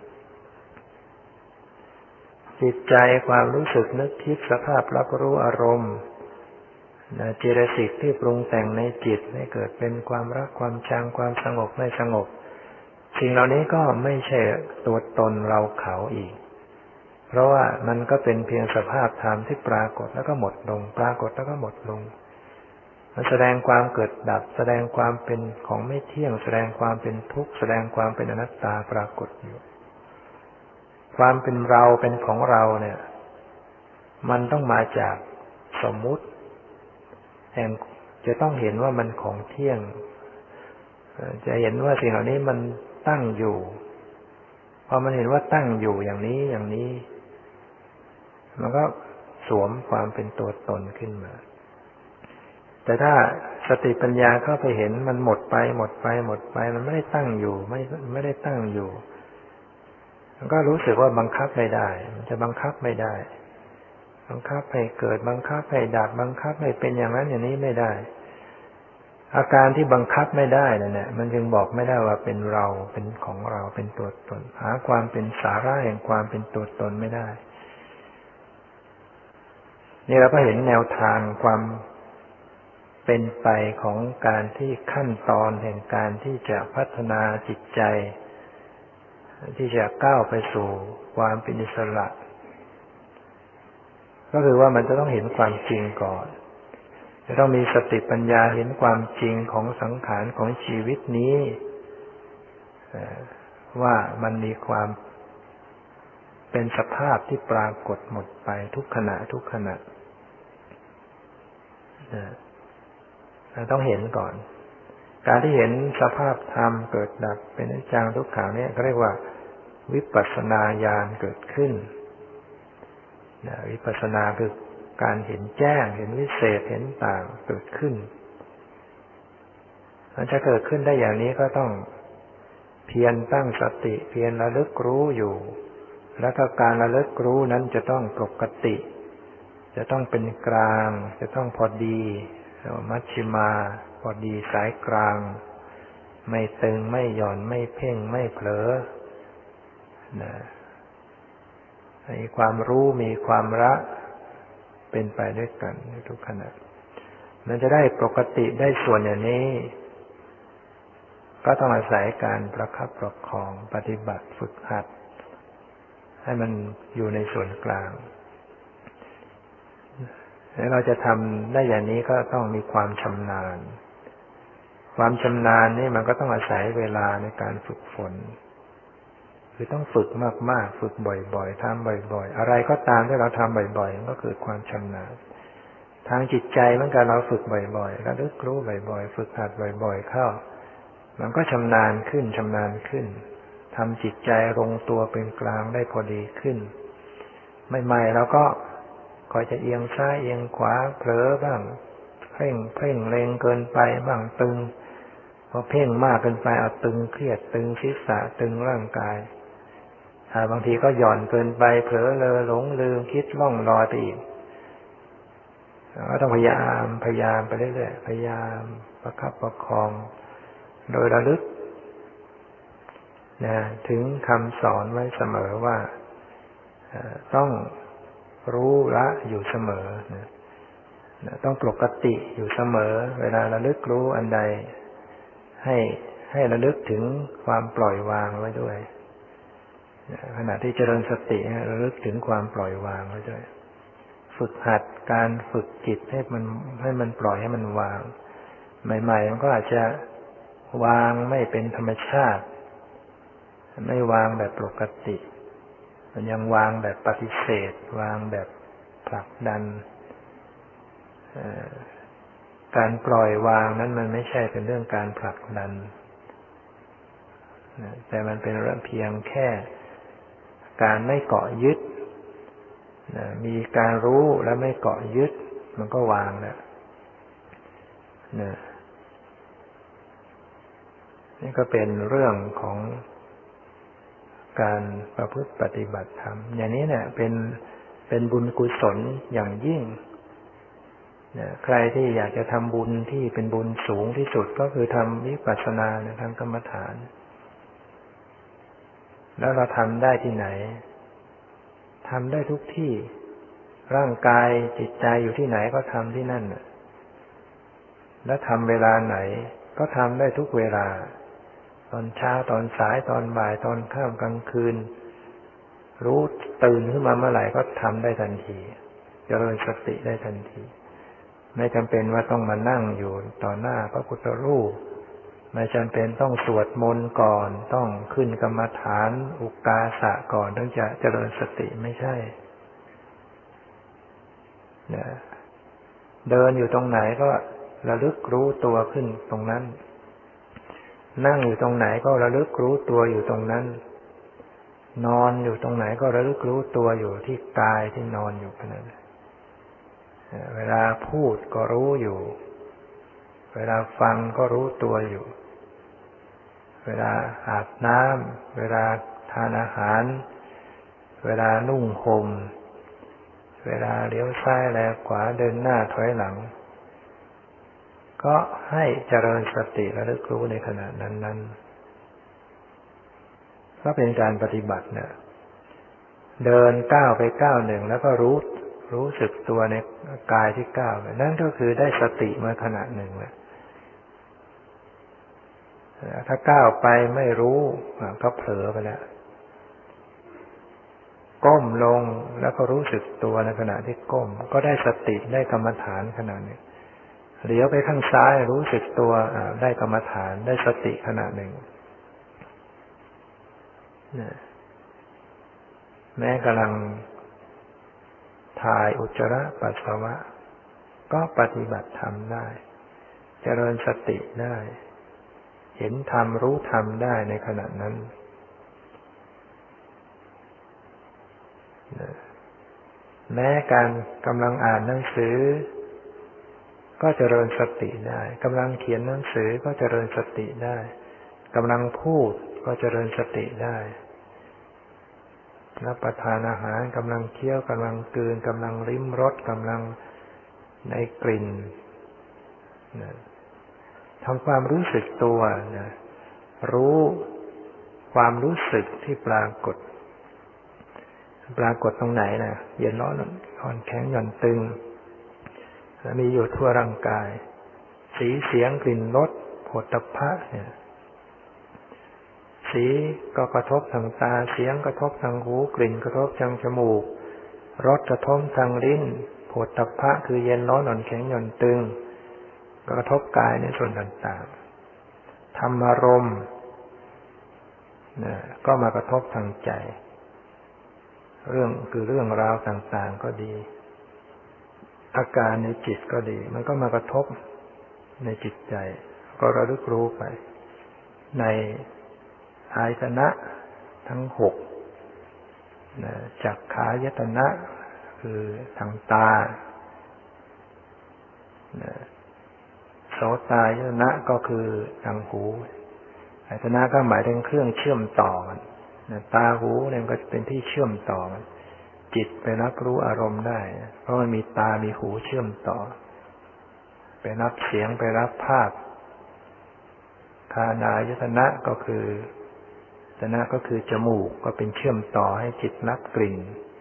จิตใจความรู้สึกนึกคิดสภาพรับรู้อารมณ์เจตสิกที่ปรุงแต่งในจิตให้เกิดเป็นความรักความชังความสงบไม่สงบสิ่งเหล่านี้ก็ไม่ใช่ตัวตนเราเขาอีกเพราะว่ามันก็เป็นเพียงสภาพธรรมที่ปรากฏแล้วก็หมดลงปรากฏแล้วก็หมดลงมันแสดงความเกิดดับแสดงความเป็นของไม่เที่ยงแสดงความเป็นทุกข์แสดงความเป็นอนัตตาปรากฏอยู่ความเป็นเราเป็นของเราเนี่ยมันต้องมาจากสมมุติแห่งจะต้องเห็นว่ามันของเที่ยงจะเห็นว่าสิ่งเหล่านี้มันตั้งอยู่พอมันเห็นว่าตั้งอยู่อย่างนี้อย่างนี้มันก็สวมความเป็นตัวตนขึ้นมาแต่ถ้าสติปัญญาเข้าไปเห็นมันหมดไปหมดไปหมดไปมันไม่ได้ตั้งอยู่ไม่ไม่ได้ตั้งอยู่มันก็รู้สึกว่าบังคับไม่ได้มันจะบังคับไม่ได้บังคับให้เกิดบังคับให้ดับบังคับให้เป็นอย่างนั้นอย่างนี้ไม่ได้อาการที่บังคับไม่ได้นั่นแหละมันจึงบอกไม่ได้ว่าเป็นเราเป็นของเราเป็นตัวตนหาความเป็นสาระแห่งความเป็นตัวตนไม่ได้นี่เราก็เห็นแนวทางความเป็นไปของการที่ขั้นตอนแห่งการที่จะพัฒนาจิตใจที่จะก้าวไปสู่ความเป็นอิสระก็คือว่ามันจะต้องเห็นความจริงก่อนจะต้องมีสติปัญญาเห็นความจริงของสังขารของชีวิตนี้ว่ามันมีความเป็นสภาพที่ปรากฏหมดไปทุกขณะทุกขณะเราต้องเห็นก่อนการที่เห็นสภาพธรรมเกิดดับเป็นอนิจจังทุกขังเนี่ยเขาเรียกว่าวิปัสสนาญาณเกิดขึ้นวิปัสสนาคือการเห็นแจ้งเห็นวิเศษเห็นต่างเกิดขึ้นมันจะเกิดขึ้นได้อย่างนี้ก็ต้องเพียรตั้งสติเพียรระลึกรู้อยู่แล้วก็การระลึกรู้นั้นจะต้องปกติจะต้องเป็นกลางจะต้องพอดีมัชฌิมาพอดีสายกลางไม่ตึงไม่หย่อนไม่เพ่งไม่เผลอนะมีความรู้มีความละเป็นไปด้วยกันในทุกขณะมันจะได้ปกติได้ส่วนอย่างนี้ก็ต้องอาศัยการประคับประคองปฏิบัติฝึกหัดให้มันอยู่ในส่วนกลางแล้วเราจะทำได้อย่างนี้ก็ต้องมีความชำนาญความชำนาญนี่มันก็ต้องอาศัยเวลาในการฝึกฝนคือต้องฝึกมากๆฝึกบ่อยๆทำบ่อยๆอะไรก็ตามที่เราทำบ่อยๆก็คือความชำนาญทางจิตใจเหมือนกันเราฝึกบ่อยๆระลึกรู้บ่อยๆฝึกหัดบ่อยๆเข้ามันก็ชำนาญขึ้นชำนาญขึ้นทำจิตใจลงตัวเป็นกลางได้พอดีขึ้นใหม่ๆเราก็คอยจะเอียงซ้ายเอียงขวาเผลอบ้างเพ่งเพ่งเล็งเกินไปบ้างตึงพอเพ่งมากเกินไปเอาตึงเครียดตึงศีรษะตึงร่างกายบางทีก็หย่อนเกินไปเผลอเลอหลงลืมคิดล่องลอยไปอีกก็ต้องพยายามพยายามไปเรื่อยๆพยายามประคับประคองโดยระลึกนะถึงคำสอนไว้เสมอว่าต้องรู้ละอยู่เสมอนะต้องปกติอยู่เสมอเวลาระลึกรู้อันใดให้ให้ระลึกถึงความปล่อยวางไว้ด้วยขณะที่เจริญสติระลึกถึงความปล่อยวางไว้ด้วยฝึกหัดการฝึกจิตให้มันให้มันปล่อยให้มันวางใหม่ๆมันก็อาจจะวางไม่เป็นธรรมชาติไม่วางแบบปกติมันยังวางแบบปฏิเสธวางแบบผลักดันการปล่อยวางนั้นมันไม่ใช่เป็นเรื่องการผลักดันแต่มันเป็นเรื่องเพียงแค่การไม่เกาะยึดมีการรู้และไม่เกาะยึดมันก็วางแล้วนี่ก็เป็นเรื่องของการประพฤติปฏิบัติธรรมอย่างนี้เนี่ยเป็นเป็นบุญกุศลอย่างยิ่งใครที่อยากจะทำบุญที่เป็นบุญสูงที่สุดก็คือทำวิปัสสนาทางกรรมฐานแล้วเราทำได้ที่ไหนทำได้ทุกที่ร่างกายจิตใจอยู่ที่ไหนก็ทำที่นั่นแล้วทำเวลาไหนก็ทำได้ทุกเวลาตอนเช้าตอนสายตอนบ่ายตอนค่ำกลางคืนรู้ตื่นขึ้นมาเมื่อไหร่ก็ทำได้ทันทีเจริญสติได้ทันทีไม่จำเป็นว่าต้องมานั่งอยู่ต่อหน้าพระพุทธรูปไม่จำเป็นต้องสวดมนต์ก่อนต้องขึ้นกรรมฐานอุกาสะก่อนถึงจะเจริญสติไม่ใช่เนี่ยเดินอยู่ตรงไหนก็ระลึกรู้ตัวขึ้นตรงนั้นนั่งอยู่ตรงไหนก็ระลึกรู้ตัวอยู่ตรงนั้นนอนอยู่ตรงไหนก็ระลึกรู้ตัวอยู่ที่กายที่นอนอยู่ขณะนั้นเวลาพูดก็รู้อยู่เวลาฟังก็รู้ตัวอยู่เวลาอาบน้ำเวลาทานอาหารเวลานุ่งห่มเวลาเลี้ยวซ้ายแลขวาเดินหน้าถอยหลังก็ให้เจริญสติระลึกรู้ในขณะนั้นๆก็เป็นการปฏิบัติเนี่ยเดินก้าวไปก้าวหนึ่งแล้วก็รู้รู้สึกตัวในกายที่ก้าวไปนั่นก็คือได้สติมาขณะหนึ่งแล้วถ้าก้าวไปไม่รู้ก็เผลอไปแล้วก้มลงแล้วก็รู้สึกตัวในขณะที่ก้มก็ได้สติได้กรรมฐานขณะนี้เหลียวไปข้างซ้ายรู้สึกตัวได้กรรมฐานได้สติขณะหนึ่งแม้กำลังถ่ายอุจจาระปัสสาวะก็ปฏิบัติธรรมได้เจริญสติได้เห็นธรรมรู้ธรรมได้ในขณะนั้นแม้การกำลังอ่านหนังสือก็เจริญสติได้กำลังเขียนหนังสือก็เจริญสติได้กำลังพูดก็เจริญสติได้รับประทานอาหารกำลังเคี้ยวกำลังกลืนกำลังลิ้มรสกำลังในกลิ่นทำความรู้สึกตัวนะรู้ความรู้สึกที่ปรากฏปรากฏตรงไหนนะเย็นร้อนอ่อนแข็งหย่อนตึงมีอยู่ทั่วร่างกายสีเสียงกลิ่นรสโผฏฐัพพะเนี่ยสีก็กระทบทางตาเสียงกระทบทางหูกลิ่นกระทบทางจมูกรสกระทบทางลิ้นโผฏฐัพพะคือเย็นร้อนอ่อนแข็งหย่อนตึงกระทบกายในส่วนต่างๆธรรมารมณ์ก็มากระทบทางใจเรื่องคือเรื่องราวต่างๆก็ดีอาการในจิตก็ดีมันก็มากระทบในจิตใจก็ระลึกรู้ไปในอายตนะทั้งหกจักขายตนะคือทางตาโสตายตนะก็คือทางหูอายตนะก็หมายถึงเครื่องเชื่อมต่อกันตาหูเนี่ยก็เป็นที่เชื่อมต่อกันจิตไปรับรู้อารมณ์ได้เพราะมันมีตามีหูเชื่อมต่อไปรับเสียงไปรับภาพคานายตนะก็คือตนะก็คือจมูกก็เป็นเชื่อมต่อให้จิตรับกลิ่น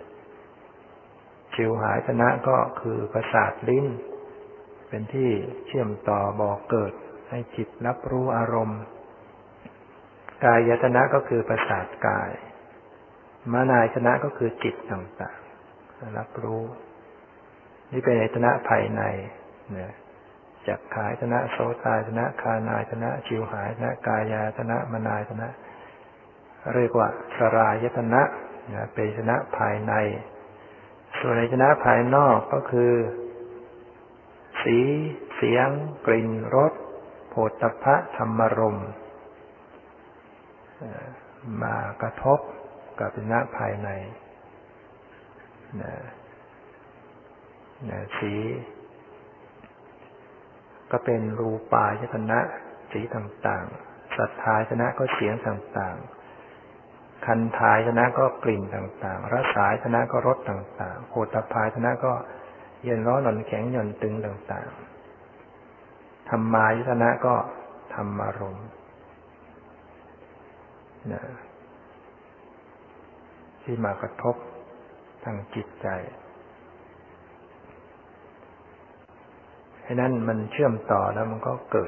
ชิวหายตนะก็คือประสาทลิ้นเป็นที่เชื่อมต่อบอกเกิดให้จิตรับรู้อารมณ์กายตนะก็คือประสาทกายมนายตนะก็คือจิตต่างๆรับรู้นี่เป็นอายตนะภายในนะจักขายตนะโสตายตนะคานายตนะชิวหายตนะกายายตนะมนายตนะเรียกว่าสลายตนะนะเป็นอายตนะภายในส่วนอายตนะภายนอกก็คือสีเสียงกลิ่นรสโผฏฐัพพะธรรมารมณ์มากระทบกับอายตนะภายในนะนะสีก็เป็นรูปายตนะสีต่างๆสัทธายตนะก็เสียงต่างๆคันธายตนะก็กลิ่นต่างๆรสายตนะก็รสต่างๆโผฏฐัพพายตนะก็เย็นร้อนอ่อนแข็งหย่อนตึงต่างๆธรรมายตนะก็ธรรมารมณ์นะที่มากระทบทางจิตใจให้นั้นมันเชื่อมต่อแล้วมันก็เกิด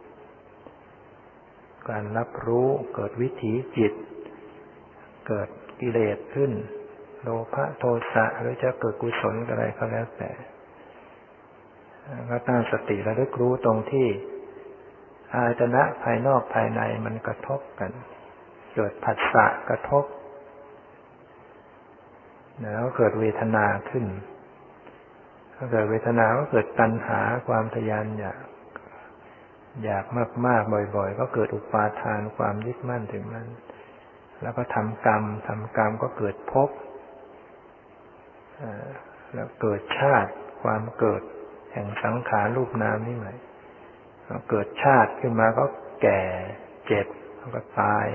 การรับรู้เกิดวิถีจิตเกิดกิเลสขึ้นโลภะโทสะหรือจะเกิดกุศลอะไรก็แล้วแต่ก็ตั้งสติระลึกรู้ตรงที่อายตนะภายนอกภายในมันกระทบกันเกิดผัสสะกระทบแล้วเกิดเวทนาขึ้นถ้าเกิดเวทนาก็เกิดตัณหาความทะยานอยากอยากมากๆบ่อยๆก็เกิดอุปาทานความยึดมั่นถือมั่นแล้วก็ทำกรรมทำกรรมก็เกิดภพแล้วเกิดชาติความเกิดแห่งสังขารรูปนามนี่หมายเกิดชาติขึ้นมาก็แก่เจ็บแล้วก็ตาย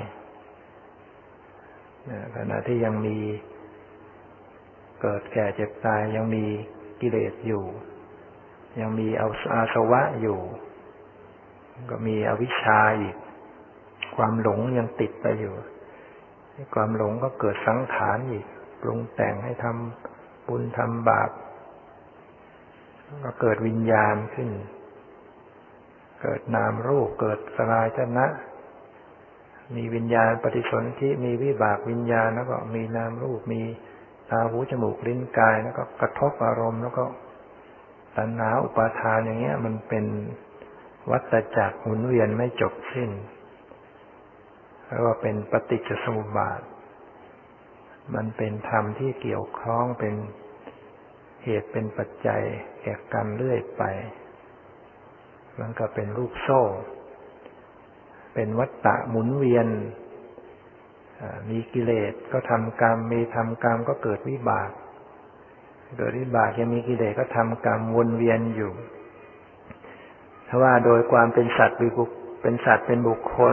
ขณะที่ยังมีเกิดแก่เจ็บตายยังมีกิเลสอยู่ยังมีอาสวะอยู่ก็มีอวิชชาอีกความหลงยังติดไปอยู่ความหลงก็เกิดสังขารอีกปรุงแต่งให้ทำบุญทำบาปก็เกิดวิญญาณขึ้นเกิดนามรูปเกิดสลายตนะมีวิญญาณปฏิสนธิมีวิบากวิญญาณแล้วก็มีนามรูปมีตาหูจมูกลิ้นกายแล้วก็กระทบอารมณ์แล้วก็ตัณหาอุปาทานอย่างเงี้ยมันเป็นวัฏจักรหมุนเวียนไม่จบสิ้นแล้วก็เป็นปฏิจจสมุปบาทมันเป็นธรรมที่เกี่ยวข้องเป็นเหตุเป็นปัจจัยแก่กรรมเรื่อยไปมันก็เป็นลูกโซ่เป็นวัฏฏะหมุนเวียนมีกิเลสก็ทำกรรมมีทำกรรมก็เกิดวิบากเกิดวิบากยังมีกิเลสก็ทำกรรมวนเวียนอยู่ถ้าว่าโดยความเป็นสัตว์เป็นสัตว์เป็นบุคคล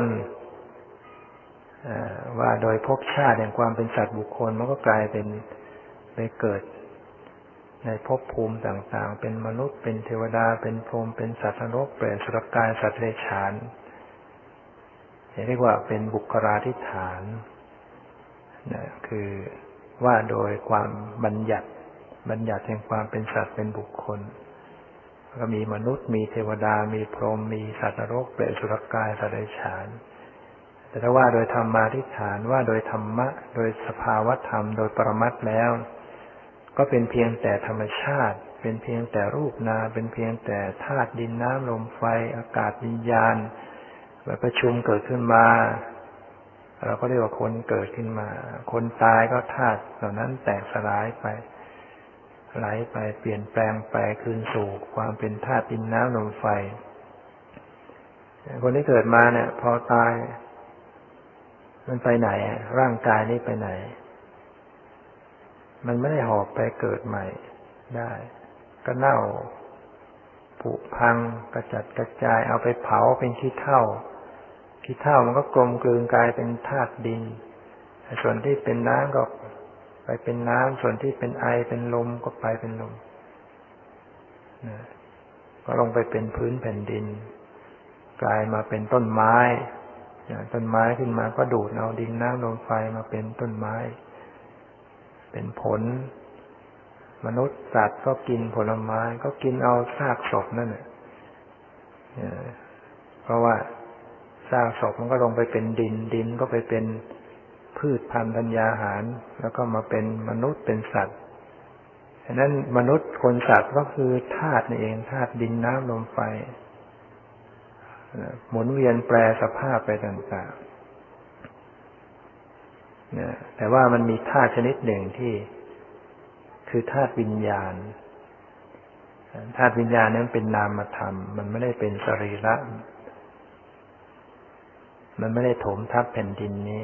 ว่าโดยภพชาติแห่งความเป็นสัตว์บุคคลมันก็กลายเป็นไปเกิดในภพภูมิต่างๆเป็นมนุษย์เป็นเทวดาเป็นพรหมเป็นสัตว์นรกเปรตสุรกายสัตว์เดรัจฉานเรียกว่าเป็นบุคลาธิฐานนะคือว่าโดยความบัญญัติบัญญัติแห่งความเป็นสัตว์เป็นบุคคลก็มีมนุษย์มีเทวดามีพรหมมีสัตว์นรกเปรตสุรกายสัตว์เดรัจฉานแต่ถ้าว่าโดยธรรมาธิฐานว่าโดยธรรมะโดยสภาวธรรมโดยปรมัตถ์แล้วก็เป็นเพียงแต่ธรรมชาติเป็นเพียงแต่รูปนามเป็นเพียงแต่ธาตุดินน้ำลมไฟอากาศวิญญาณแบบประชุมเกิดขึ้นมาเราก็เรียกว่าคนเกิดขึ้นมาคนตายก็ธาตุเหล่านั้นแตกสลายไปไหลไปเปลี่ยนแปลงไปคืนสู่ความเป็นธาตุดินน้ำลมไฟคนที่เกิดมาเนี่ยพอตายมันไปไหนร่างกายนี้ไปไหนมันไม่ได้หอบไปเกิดใหม่ได้ก็เน่าผุพังกระจัดกระจายเอาไปเผาเป็นขี้เถ้าขี้เถ้ามันก็กลมกลืนกลายเป็นธาตุดินส่วนที่เป็นน้ำก็ไปเป็นน้ำส่วนที่เป็นไอเป็นลมก็ไปเป็นลมนะก็ลงไปเป็นพื้นแผ่นดินกลายมาเป็นต้นไม้ต้นไม้ขึ้นมาก็ดูดเอาดินน้ำลมไฟมาเป็นต้นไม้เป็นผลมนุษย์สัตว์ก็กินผลไม้ก็กินเอาซากศพนั่นแหละเพราะว่าซากศพมันก็ลงไปเป็นดินดินก็ไปเป็นพืชพันธุ์ธัญญาหารแล้วก็มาเป็นมนุษย์เป็นสัตว์ฉะนั้นมนุษย์คนสัตว์ก็คือธาตุนี่เองธาตุดินน้ำลมไฟหมุนเวียนแปรสภาพไปต่างๆแต่ว่ามันมีธาตุชนิดหนึ่งที่คือธาตุวิญญาณธาตุวิญญาณนั้นเป็นนามธรรมมันไม่ได้เป็นสรีระมันไม่ได้โถมทับแผ่นดินนี้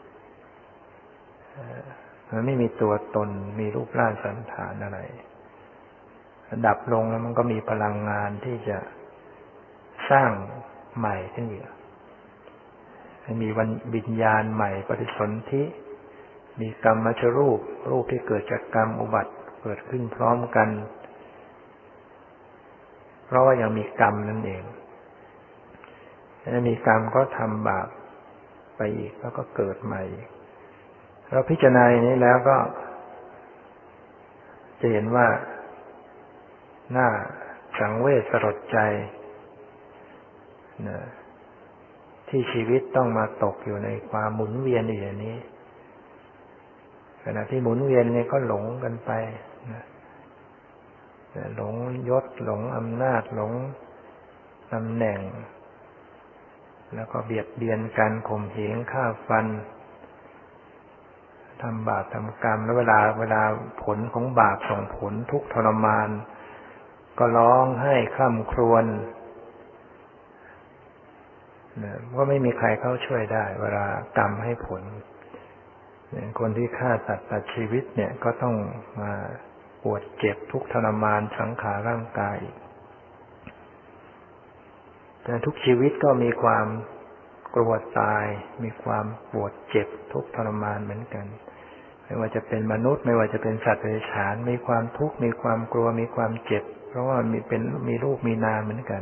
มันไม่มีตัวตนมีรูปร่างสันฐานอะไรดับลงแล้วมันก็มีพลังงานที่จะสร้างใหม่ขึ้นอีกมีวิญญาณใหม่ปฏิสนธิมีกรรมชรูปรูปที่เกิดจากกรรมอุบัติเกิดขึ้นพร้อมกันเพราะว่ายังมีกรรมนั่นเองถ้ามีกรรมก็ทำบาปไปอีกแล้วก็เกิดใหม่เราพิจารณาอย่างนี้แล้วก็จะเห็นว่าน่าสังเวชสลดใจนะที่ชีวิตต้องมาตกอยู่ในความหมุนเวียนอย่างนี้ขณะที่หมุนเวียนเนี่ยก็หลงกันไปนะหลงยศหลงอำนาจหลงตำแหน่งแล้วก็เบียดเบียนกันข่มเหงฆ่าฟันทำบาปทำกรรมแล้วเวลาเวลาผลของบาปส่งผลทุกข์ทรมานก็ร้องไห้คร่ำครวญนะก็ไม่มีใครเข้าช่วยได้เวลากรรมให้ผลคนที่ฆ่าสัตว์ตัดชีวิตเนี่ยก็ต้องมาปวดเจ็บทุกข์ทรมานสังขารร่างกายแต่ทุกชีวิตก็มีความกลัวตายมีความปวดเจ็บทุกข์ทรมานเหมือนกันไม่ว่าจะเป็นมนุษย์ไม่ว่าจะเป็นสัตว์เดรัจฉานมีความทุกข์มีความกลัวมีความเจ็บเพราะว่ามีเป็นมีรูปมีนามเหมือนกัน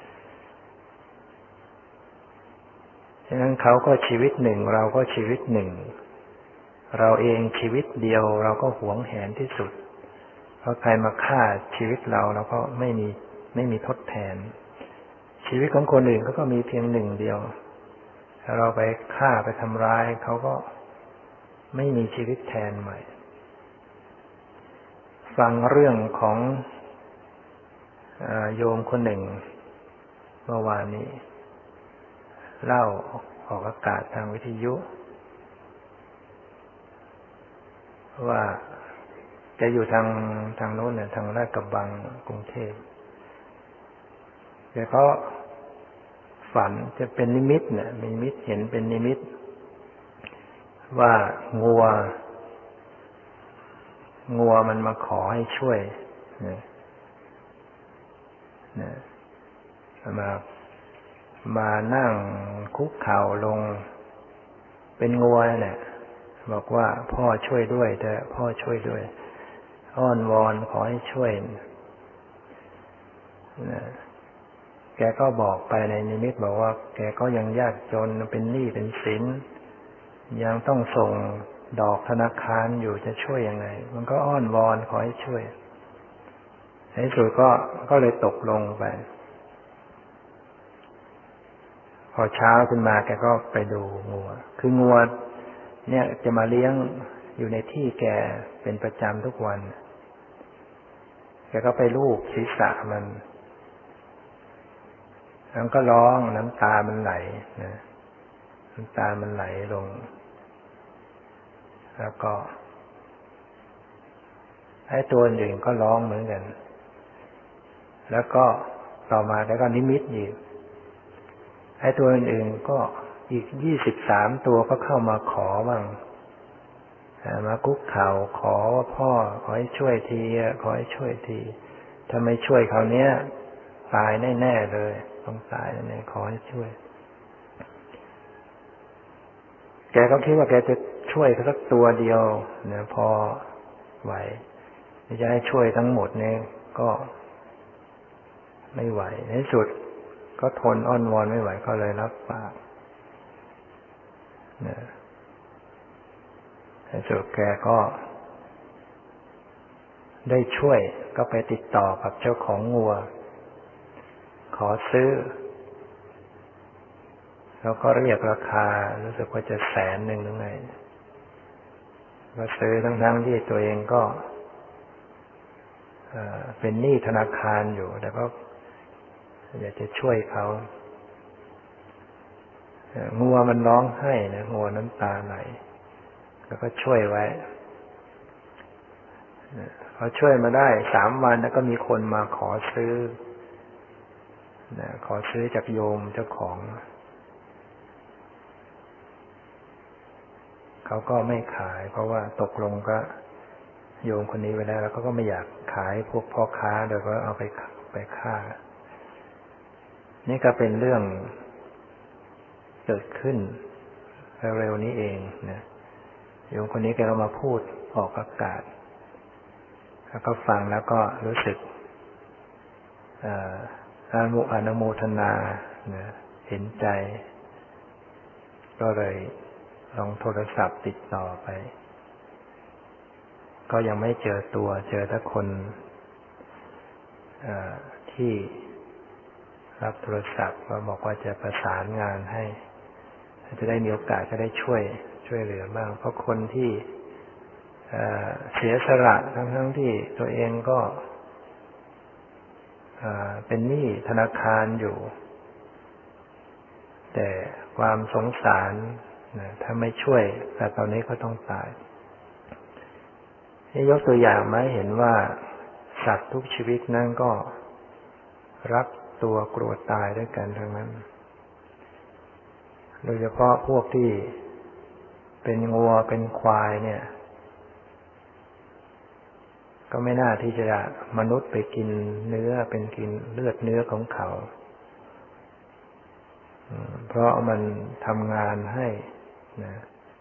ฉะนั้นเขาก็ชีวิตหนึ่งเราก็ชีวิตหนึ่งเราเองชีวิตเดียวเราก็หวงแหนที่สุดเพราะใครมาฆ่าชีวิตเราเราก็ไม่มีไม่มีทดแทนชีวิตของคนอื่นเขาก็มีเพียงหนึ่งเดียวถ้าเราไปฆ่าไปทำร้ายเขาก็ไม่มีชีวิตแทนใหม่ฟังเรื่องของโยมคนหนึ่งเมื่อวานนี้เล่าออกอากาศทางวิทยุว่าจะอยู่ทางทางโน้นเนี่ยทางลาดกระบังกรุงเทพแต่ก็ฝันจะเป็นนิมิตเนี่ยมีนิมิตเห็นเป็นนิมิตว่างัวงัวมันมาขอให้ช่วยเนี่ยเนี่ยมามานั่งคุกเข่าลงเป็นงัวเนี่ยบอกว่าพ่อช่วยด้วยเถอะพ่อช่วยด้วยอ้อนวอนขอให้ช่วยนะแกก็บอกไปในนิมิตบอกว่าแกก็ยังยากจนเป็นหนี้เป็นสินยังต้องส่งดอกธนาคารอยู่จะช่วยยังไงมันก็อ้อนวอนขอให้ช่วยในที่สุดก็ก็เลยตกลงไปพอเช้าขึ้นมาแกก็ไปดูงัวคืองัวเนี่ยจะมาเลี้ยงอยู่ในที่แกเป็นประจำทุกวันแกก็ไปลูบศีรษะมันแล้วก็ร้องน้ำตามันไหลนะน้ำตามันไหลลงแล้วก็ไอ้ตัวอื่นก็ร้องเหมือนกันแล้วก็ต่อมาแล้วก็นิมิตอีกไอ้ตัวอื่นก็อีกยี่สิบสามตัวก็เข้ามาขอบ้างมาคุกเข่าขอว่าพ่อขอให้ช่วยทีขอให้ช่วยทีถ้าไม่ช่วยเขาเนี้ยตายแน่ๆเลยต้องตายแน่ๆขอให้ช่วยแกก็คิดว่าแกจะช่วยสักตัวเดียวเนี่ยพอไหวจะให้ช่วยทั้งหมดเนี่ยก็ไม่ไหวในที่สุดก็ทนอ้อนวอนไม่ไหวก็เลยรับปากเนี่ยในที่สุดแกก็ได้ช่วยก็ไปติดต่อกับเจ้าของงัวขอซื้อแล้วก็เรียกราคารู้สึกว่าจะแสนหนึ่งหรือไงก็ซื้อทั้งๆที่ตัวเองก็เป็นหนี้ธนาคารอยู่แต่ก็อยากจะช่วยเขางัวมันร้องไห้นะงัวน้ำตาไหลแล้วก็ช่วยไว้เขาช่วยมาได้สามวันแล้วก็มีคนมาขอซื้อขอซื้อจากโยมเจ้าของเขาก็ไม่ขายเพราะว่าตกลงก็โยมคนนี้ไปแล้วแล้วเขาก็ไม่อยากขายพวกพ่อค้าโดยก็เอาไปไปฆ่านี่ก็เป็นเรื่องเกิดขึ้นเร็วๆนี้เองนะโยมคนนี้แกก็มาพูดออกอากาศแล้วก็ฟังแล้วก็รู้สึกอนุอนุโมทนานะเห็นใจก็เลยลองโทรศัพท์ติดต่อไปก็ยังไม่เจอตัวเจอแต่คนที่รับโทรศัพท์ก็บอกว่าจะประสานงานให้จะได้มีโอกาสจะได้ช่วยช่วยเหลือบ้างเพราะคนที่เสียสละทั้งๆที่ตัวเองก็เป็นหนี้ธนาคารอยู่แต่ความสงสารนะถ้าไม่ช่วยแต่ตอนนี้ก็ต้องตายให้ยกตัวอย่างมาให้เห็นว่าสัตว์ทุกชีวิตนั้นก็รักตัวกลัวตายด้วยกันทั้งนั้นโดยเฉพาะพวกที่เป็นงัวเป็นควายเนี่ยก็ไม่น่าที่จะมนุษย์ไปกินเนื้อเป็นกินเลือดเนื้อของเขาเพราะมันทำงานให้นะ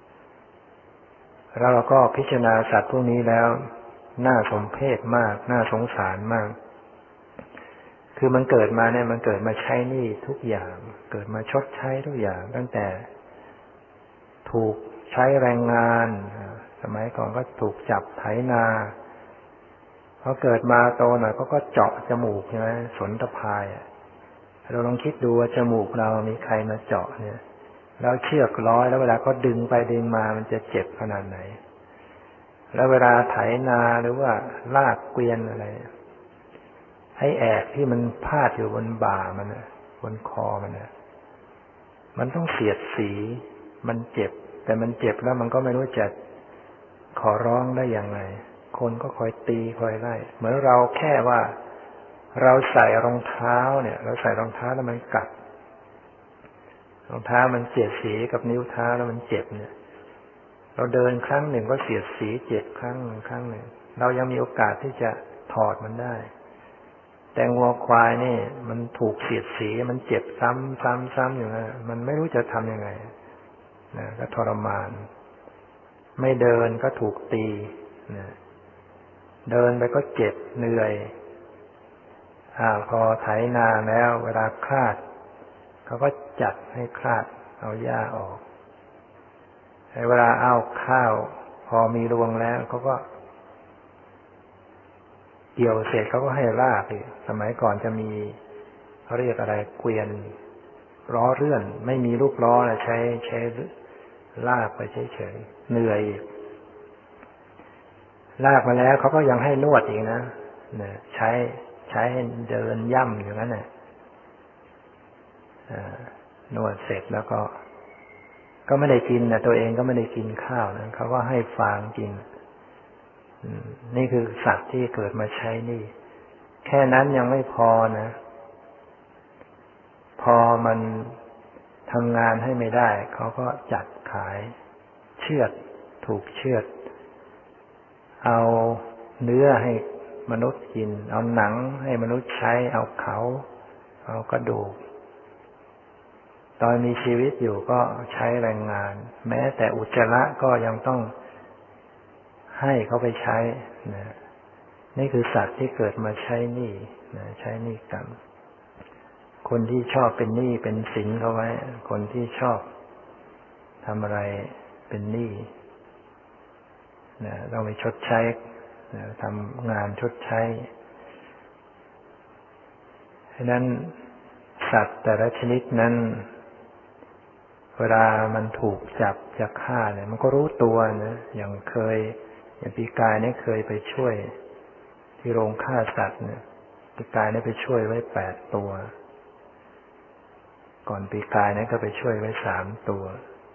เราก็พิจารณาสัตว์พวกนี้แล้วน่าสมเพชมากน่าสงสารมากคือมันเกิดมาเนี่ยมันเกิดมาใช้หนี้ทุกอย่างเกิดมาชดใช้ทุกอย่างตั้งแต่ถูกใช้แรงงานสมัยก่อนก็ถูกจับไถนาพอเกิดมาโตหน่อยเขาก็เจาะจมูกใช่ไหมสนตะพายเราลองคิดดูว่าจมูกเรามีใครมาเจาะเนี่ยแล้วเชือกร้อยแล้วเวลาเขาดึงไปดึงมามันจะเจ็บขนาดไหนแล้วเวลาไถนาหรือว่าลากเกวียนอะไรให้แอกที่มันพาดอยู่บนบ่ามันนะบนคอมันนะมันต้องเสียดสีมันเจ็บแต่มันเจ็บแล้วมันก็ไม่รู้จะขอร้องได้อย่างไรคนก็คอยตีคอยไล่เหมือนเราแค่ว่าเราใส่รองเท้าเนี่ยเราใส่รองเท้าแล้วมันกัดรองเท้ามันเสียดสีกับนิ้วเท้าแล้วมันเจ็บเนี่ยเราเดินครั้งหนึ่งก็เสียดสีเจ็บครั้งหนึ่งครั้งหนึ่งเรายังมีโอกาสที่จะถอดมันได้แต่งัวควายนี่มันถูกเสียดสีมันเจ็บซ้ำซ้ำซ้ำอยู่นะมันไม่รู้จะทำยังไงนะก็ทรมานไม่เดินก็ถูกตีนะเดินไปก็เจ็บเหนื่อยอ่าพอไถนาแล้วเวลาคลาดเขาก็จัดให้คลาดเอาหญ้าออกเวลาเอาข้าวพอมีรวงแล้วเขาก็เกี่ยวเสร็จเขาก็ให้ลากอีกสมัยก่อนจะมีเขาเรียกอะไรเกวียนล้อเลื่อนไม่มีลูกล้อนะใช้ใช้ลากไปเฉยๆเหนื่อยอีกลากมาแล้วเขาก็ยังให้นวดอีกนะเนี่ยใช้ใช้เดินย่ำอย่างนั้นน่ะนวดเสร็จแล้วก็ก็ไม่ได้กินนะตัวเองก็ไม่ได้กินข้าวนะเขาก็ให้ฟางกินนี่คือสัตว์ที่เกิดมาใช้นี่แค่นั้นยังไม่พอนะพอมันทำงานให้ไม่ได้เขาก็จัดขายเชือดถูกเชือดเอาเนื้อให้มนุษย์กินเอาหนังให้มนุษย์ใช้เอาเขาเอากระดูกตอนมีชีวิตอยู่ก็ใช้แรงงานแม้แต่อุจจาระก็ยังต้องให้เขาไปใช้นะนี่คือสัตว์ที่เกิดมาใช้หนี้นะใช้หนี้กรรมคนที่ชอบเป็นหนี้เป็นสินเขาไว้คนที่ชอบทำอะไรเป็นหนี้นะต้องไปชดใช้นะทำงานชดใช้ฉะนั้นสัตว์แต่ละชนิดนั้นเวลามันถูกจับจะฆ่าเนี่ยมันก็รู้ตัวนะอย่างเคยอย่างปีกายเนี่ยเคยไปช่วยที่โรงฆ่าสัตว์เนี่ยปีกายเนี่ยไปช่วยไว้แปดตัวก่อนปีกายเนี่ยก็ไปช่วยไว้สามตัว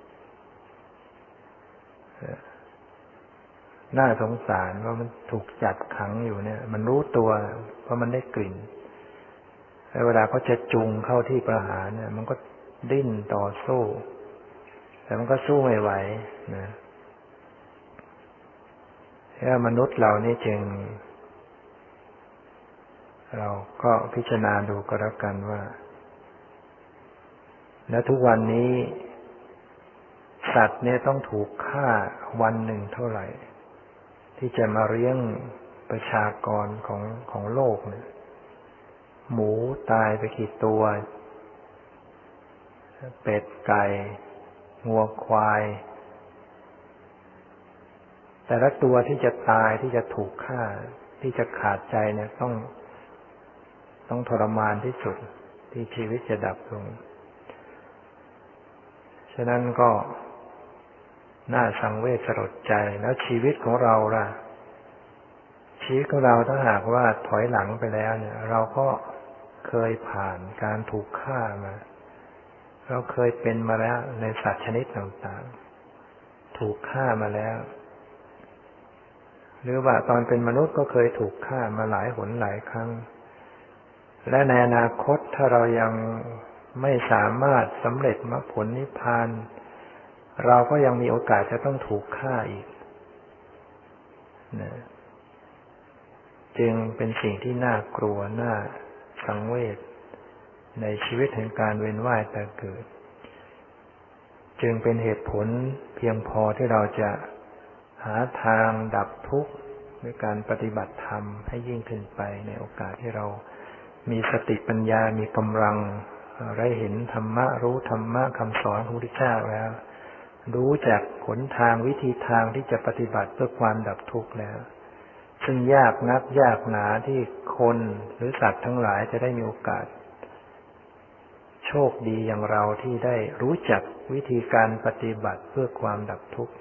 น่าสงสารว่ามันถูกจับขังอยู่เนี่ยมันรู้ตัวเพราะมันได้กลิ่นแล้วเวลาเขาจะจุงเข้าที่ประหารเนี่ยมันก็ดิ้นต่อสู้แต่มันก็สู้ไม่ไหวนะแล้วมนุษย์เรานี่จึงเราก็พิจารณาดูก็แล้วกันว่าแล้วทุกวันนี้สัตว์เนี่ยต้องถูกฆ่าวันหนึ่งเท่าไหร่ที่จะมาเลี้ยงประชากรของของโลกเนี่ยหมูตายไปกี่ตัวเป็ดไก่งัวควายแต่ละตัวที่จะตายที่จะถูกฆ่าที่จะขาดใจเนี่ยต้องต้องทรมานที่สุดที่ชีวิตจะดับลงฉะนั้นก็น่าสังเวชสลดใจแล้วชีวิตของเราล่ะชีวิตของเราถ้าหากว่าถอยหลังไปแล้วเนี่ยเราก็เคยผ่านการถูกฆ่ามาเราเคยเป็นมาแล้วในสัตว์ชนิดต่างๆถูกฆ่ามาแล้วหรือว่าตอนเป็นมนุษย์ก็เคยถูกฆ่ามาหลายหนหลายครั้งและในอนาคตถ้าเรายังไม่สามารถสำเร็จมรรคผลนิพพานเราก็ยังมีโอกาสจะต้องถูกฆ่าอีกนะจึงเป็นสิ่งที่น่ากลัวน่าสังเวชในชีวิตแห่งการเวียนว่ายตายเกิดจึงเป็นเหตุผลเพียงพอที่เราจะหาทางดับทุกข์ด้วยการปฏิบัติธรรมให้ยิ่งขึ้นไปในโอกาสที่เรามีสติปัญญามีกำลังได้เห็นธรรมะรู้ธรรมะคำสอนของพระพุทธเจ้าแล้วรู้จักหนทางวิธีทางที่จะปฏิบัติเพื่อความดับทุกข์แล้วซึ่งยากนักยากหนาที่คนหรือสัตว์ทั้งหลายจะได้มีโอกาสโชคดีอย่างเราที่ได้รู้จักวิธีการปฏิบัติเพื่อความดับทุกข์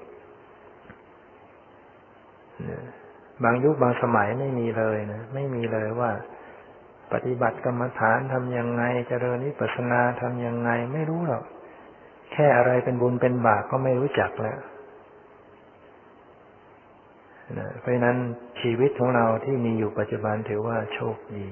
บางยุคบางสมัยไม่มีเลยนะไม่มีเลยว่าปฏิบัติกรรมฐานทำยังไงเจริญวิปัสสนาทำยังไงไม่รู้หรอกแค่อะไรเป็นบุญเป็นบาปก็ไม่รู้จักแล้วนะเพราะฉะนั้นชีวิตของเราที่มีอยู่ปัจจุบันถือว่าโชคดี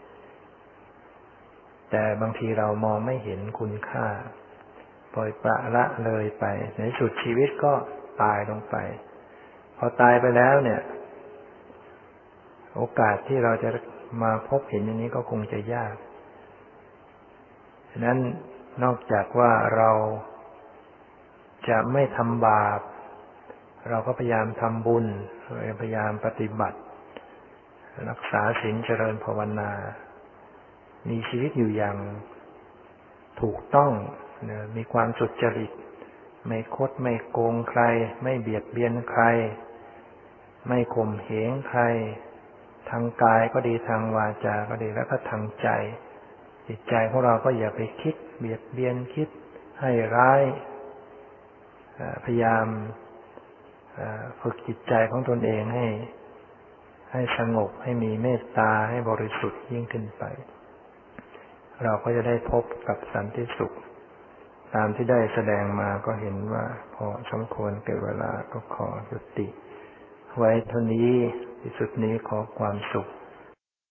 แต่บางทีเรามองไม่เห็นคุณค่าปล่อยปละละเลยไปในสุดชีวิตก็ตายลงไปพอตายไปแล้วเนี่ยโอกาสที่เราจะมาพบเห็นอย่างนี้ก็คงจะยากฉะนั้นนอกจากว่าเราจะไม่ทำบาปเราก็พยายามทำบุญพยายามปฏิบัติรักษาศีลเจริญภาวนามีชีวิตอยู่อย่างถูกต้องมีความสุจริตไม่คดไม่โกงใครไม่เบียดเบียนใครไม่ข่มเหงใครทางกายก็ดีทางวาจาก็ดีแล้วก็ทางใจจิตใจของเราก็อย่าไปคิดเบียดเบียนคิดให้ร้ายพยายามฝึกจิตใจของตนเองให้ให้สงบให้มีเมตตาให้บริสุทธิ์ยิ่งขึ้นไปเราก็จะได้พบกับสันติสุขตามที่ได้แสดงมาก็เห็นว่าพอสมควรแก่เวลาก็ขอยุติไว้เท่านี้ที่สุดนี้ขอความสุข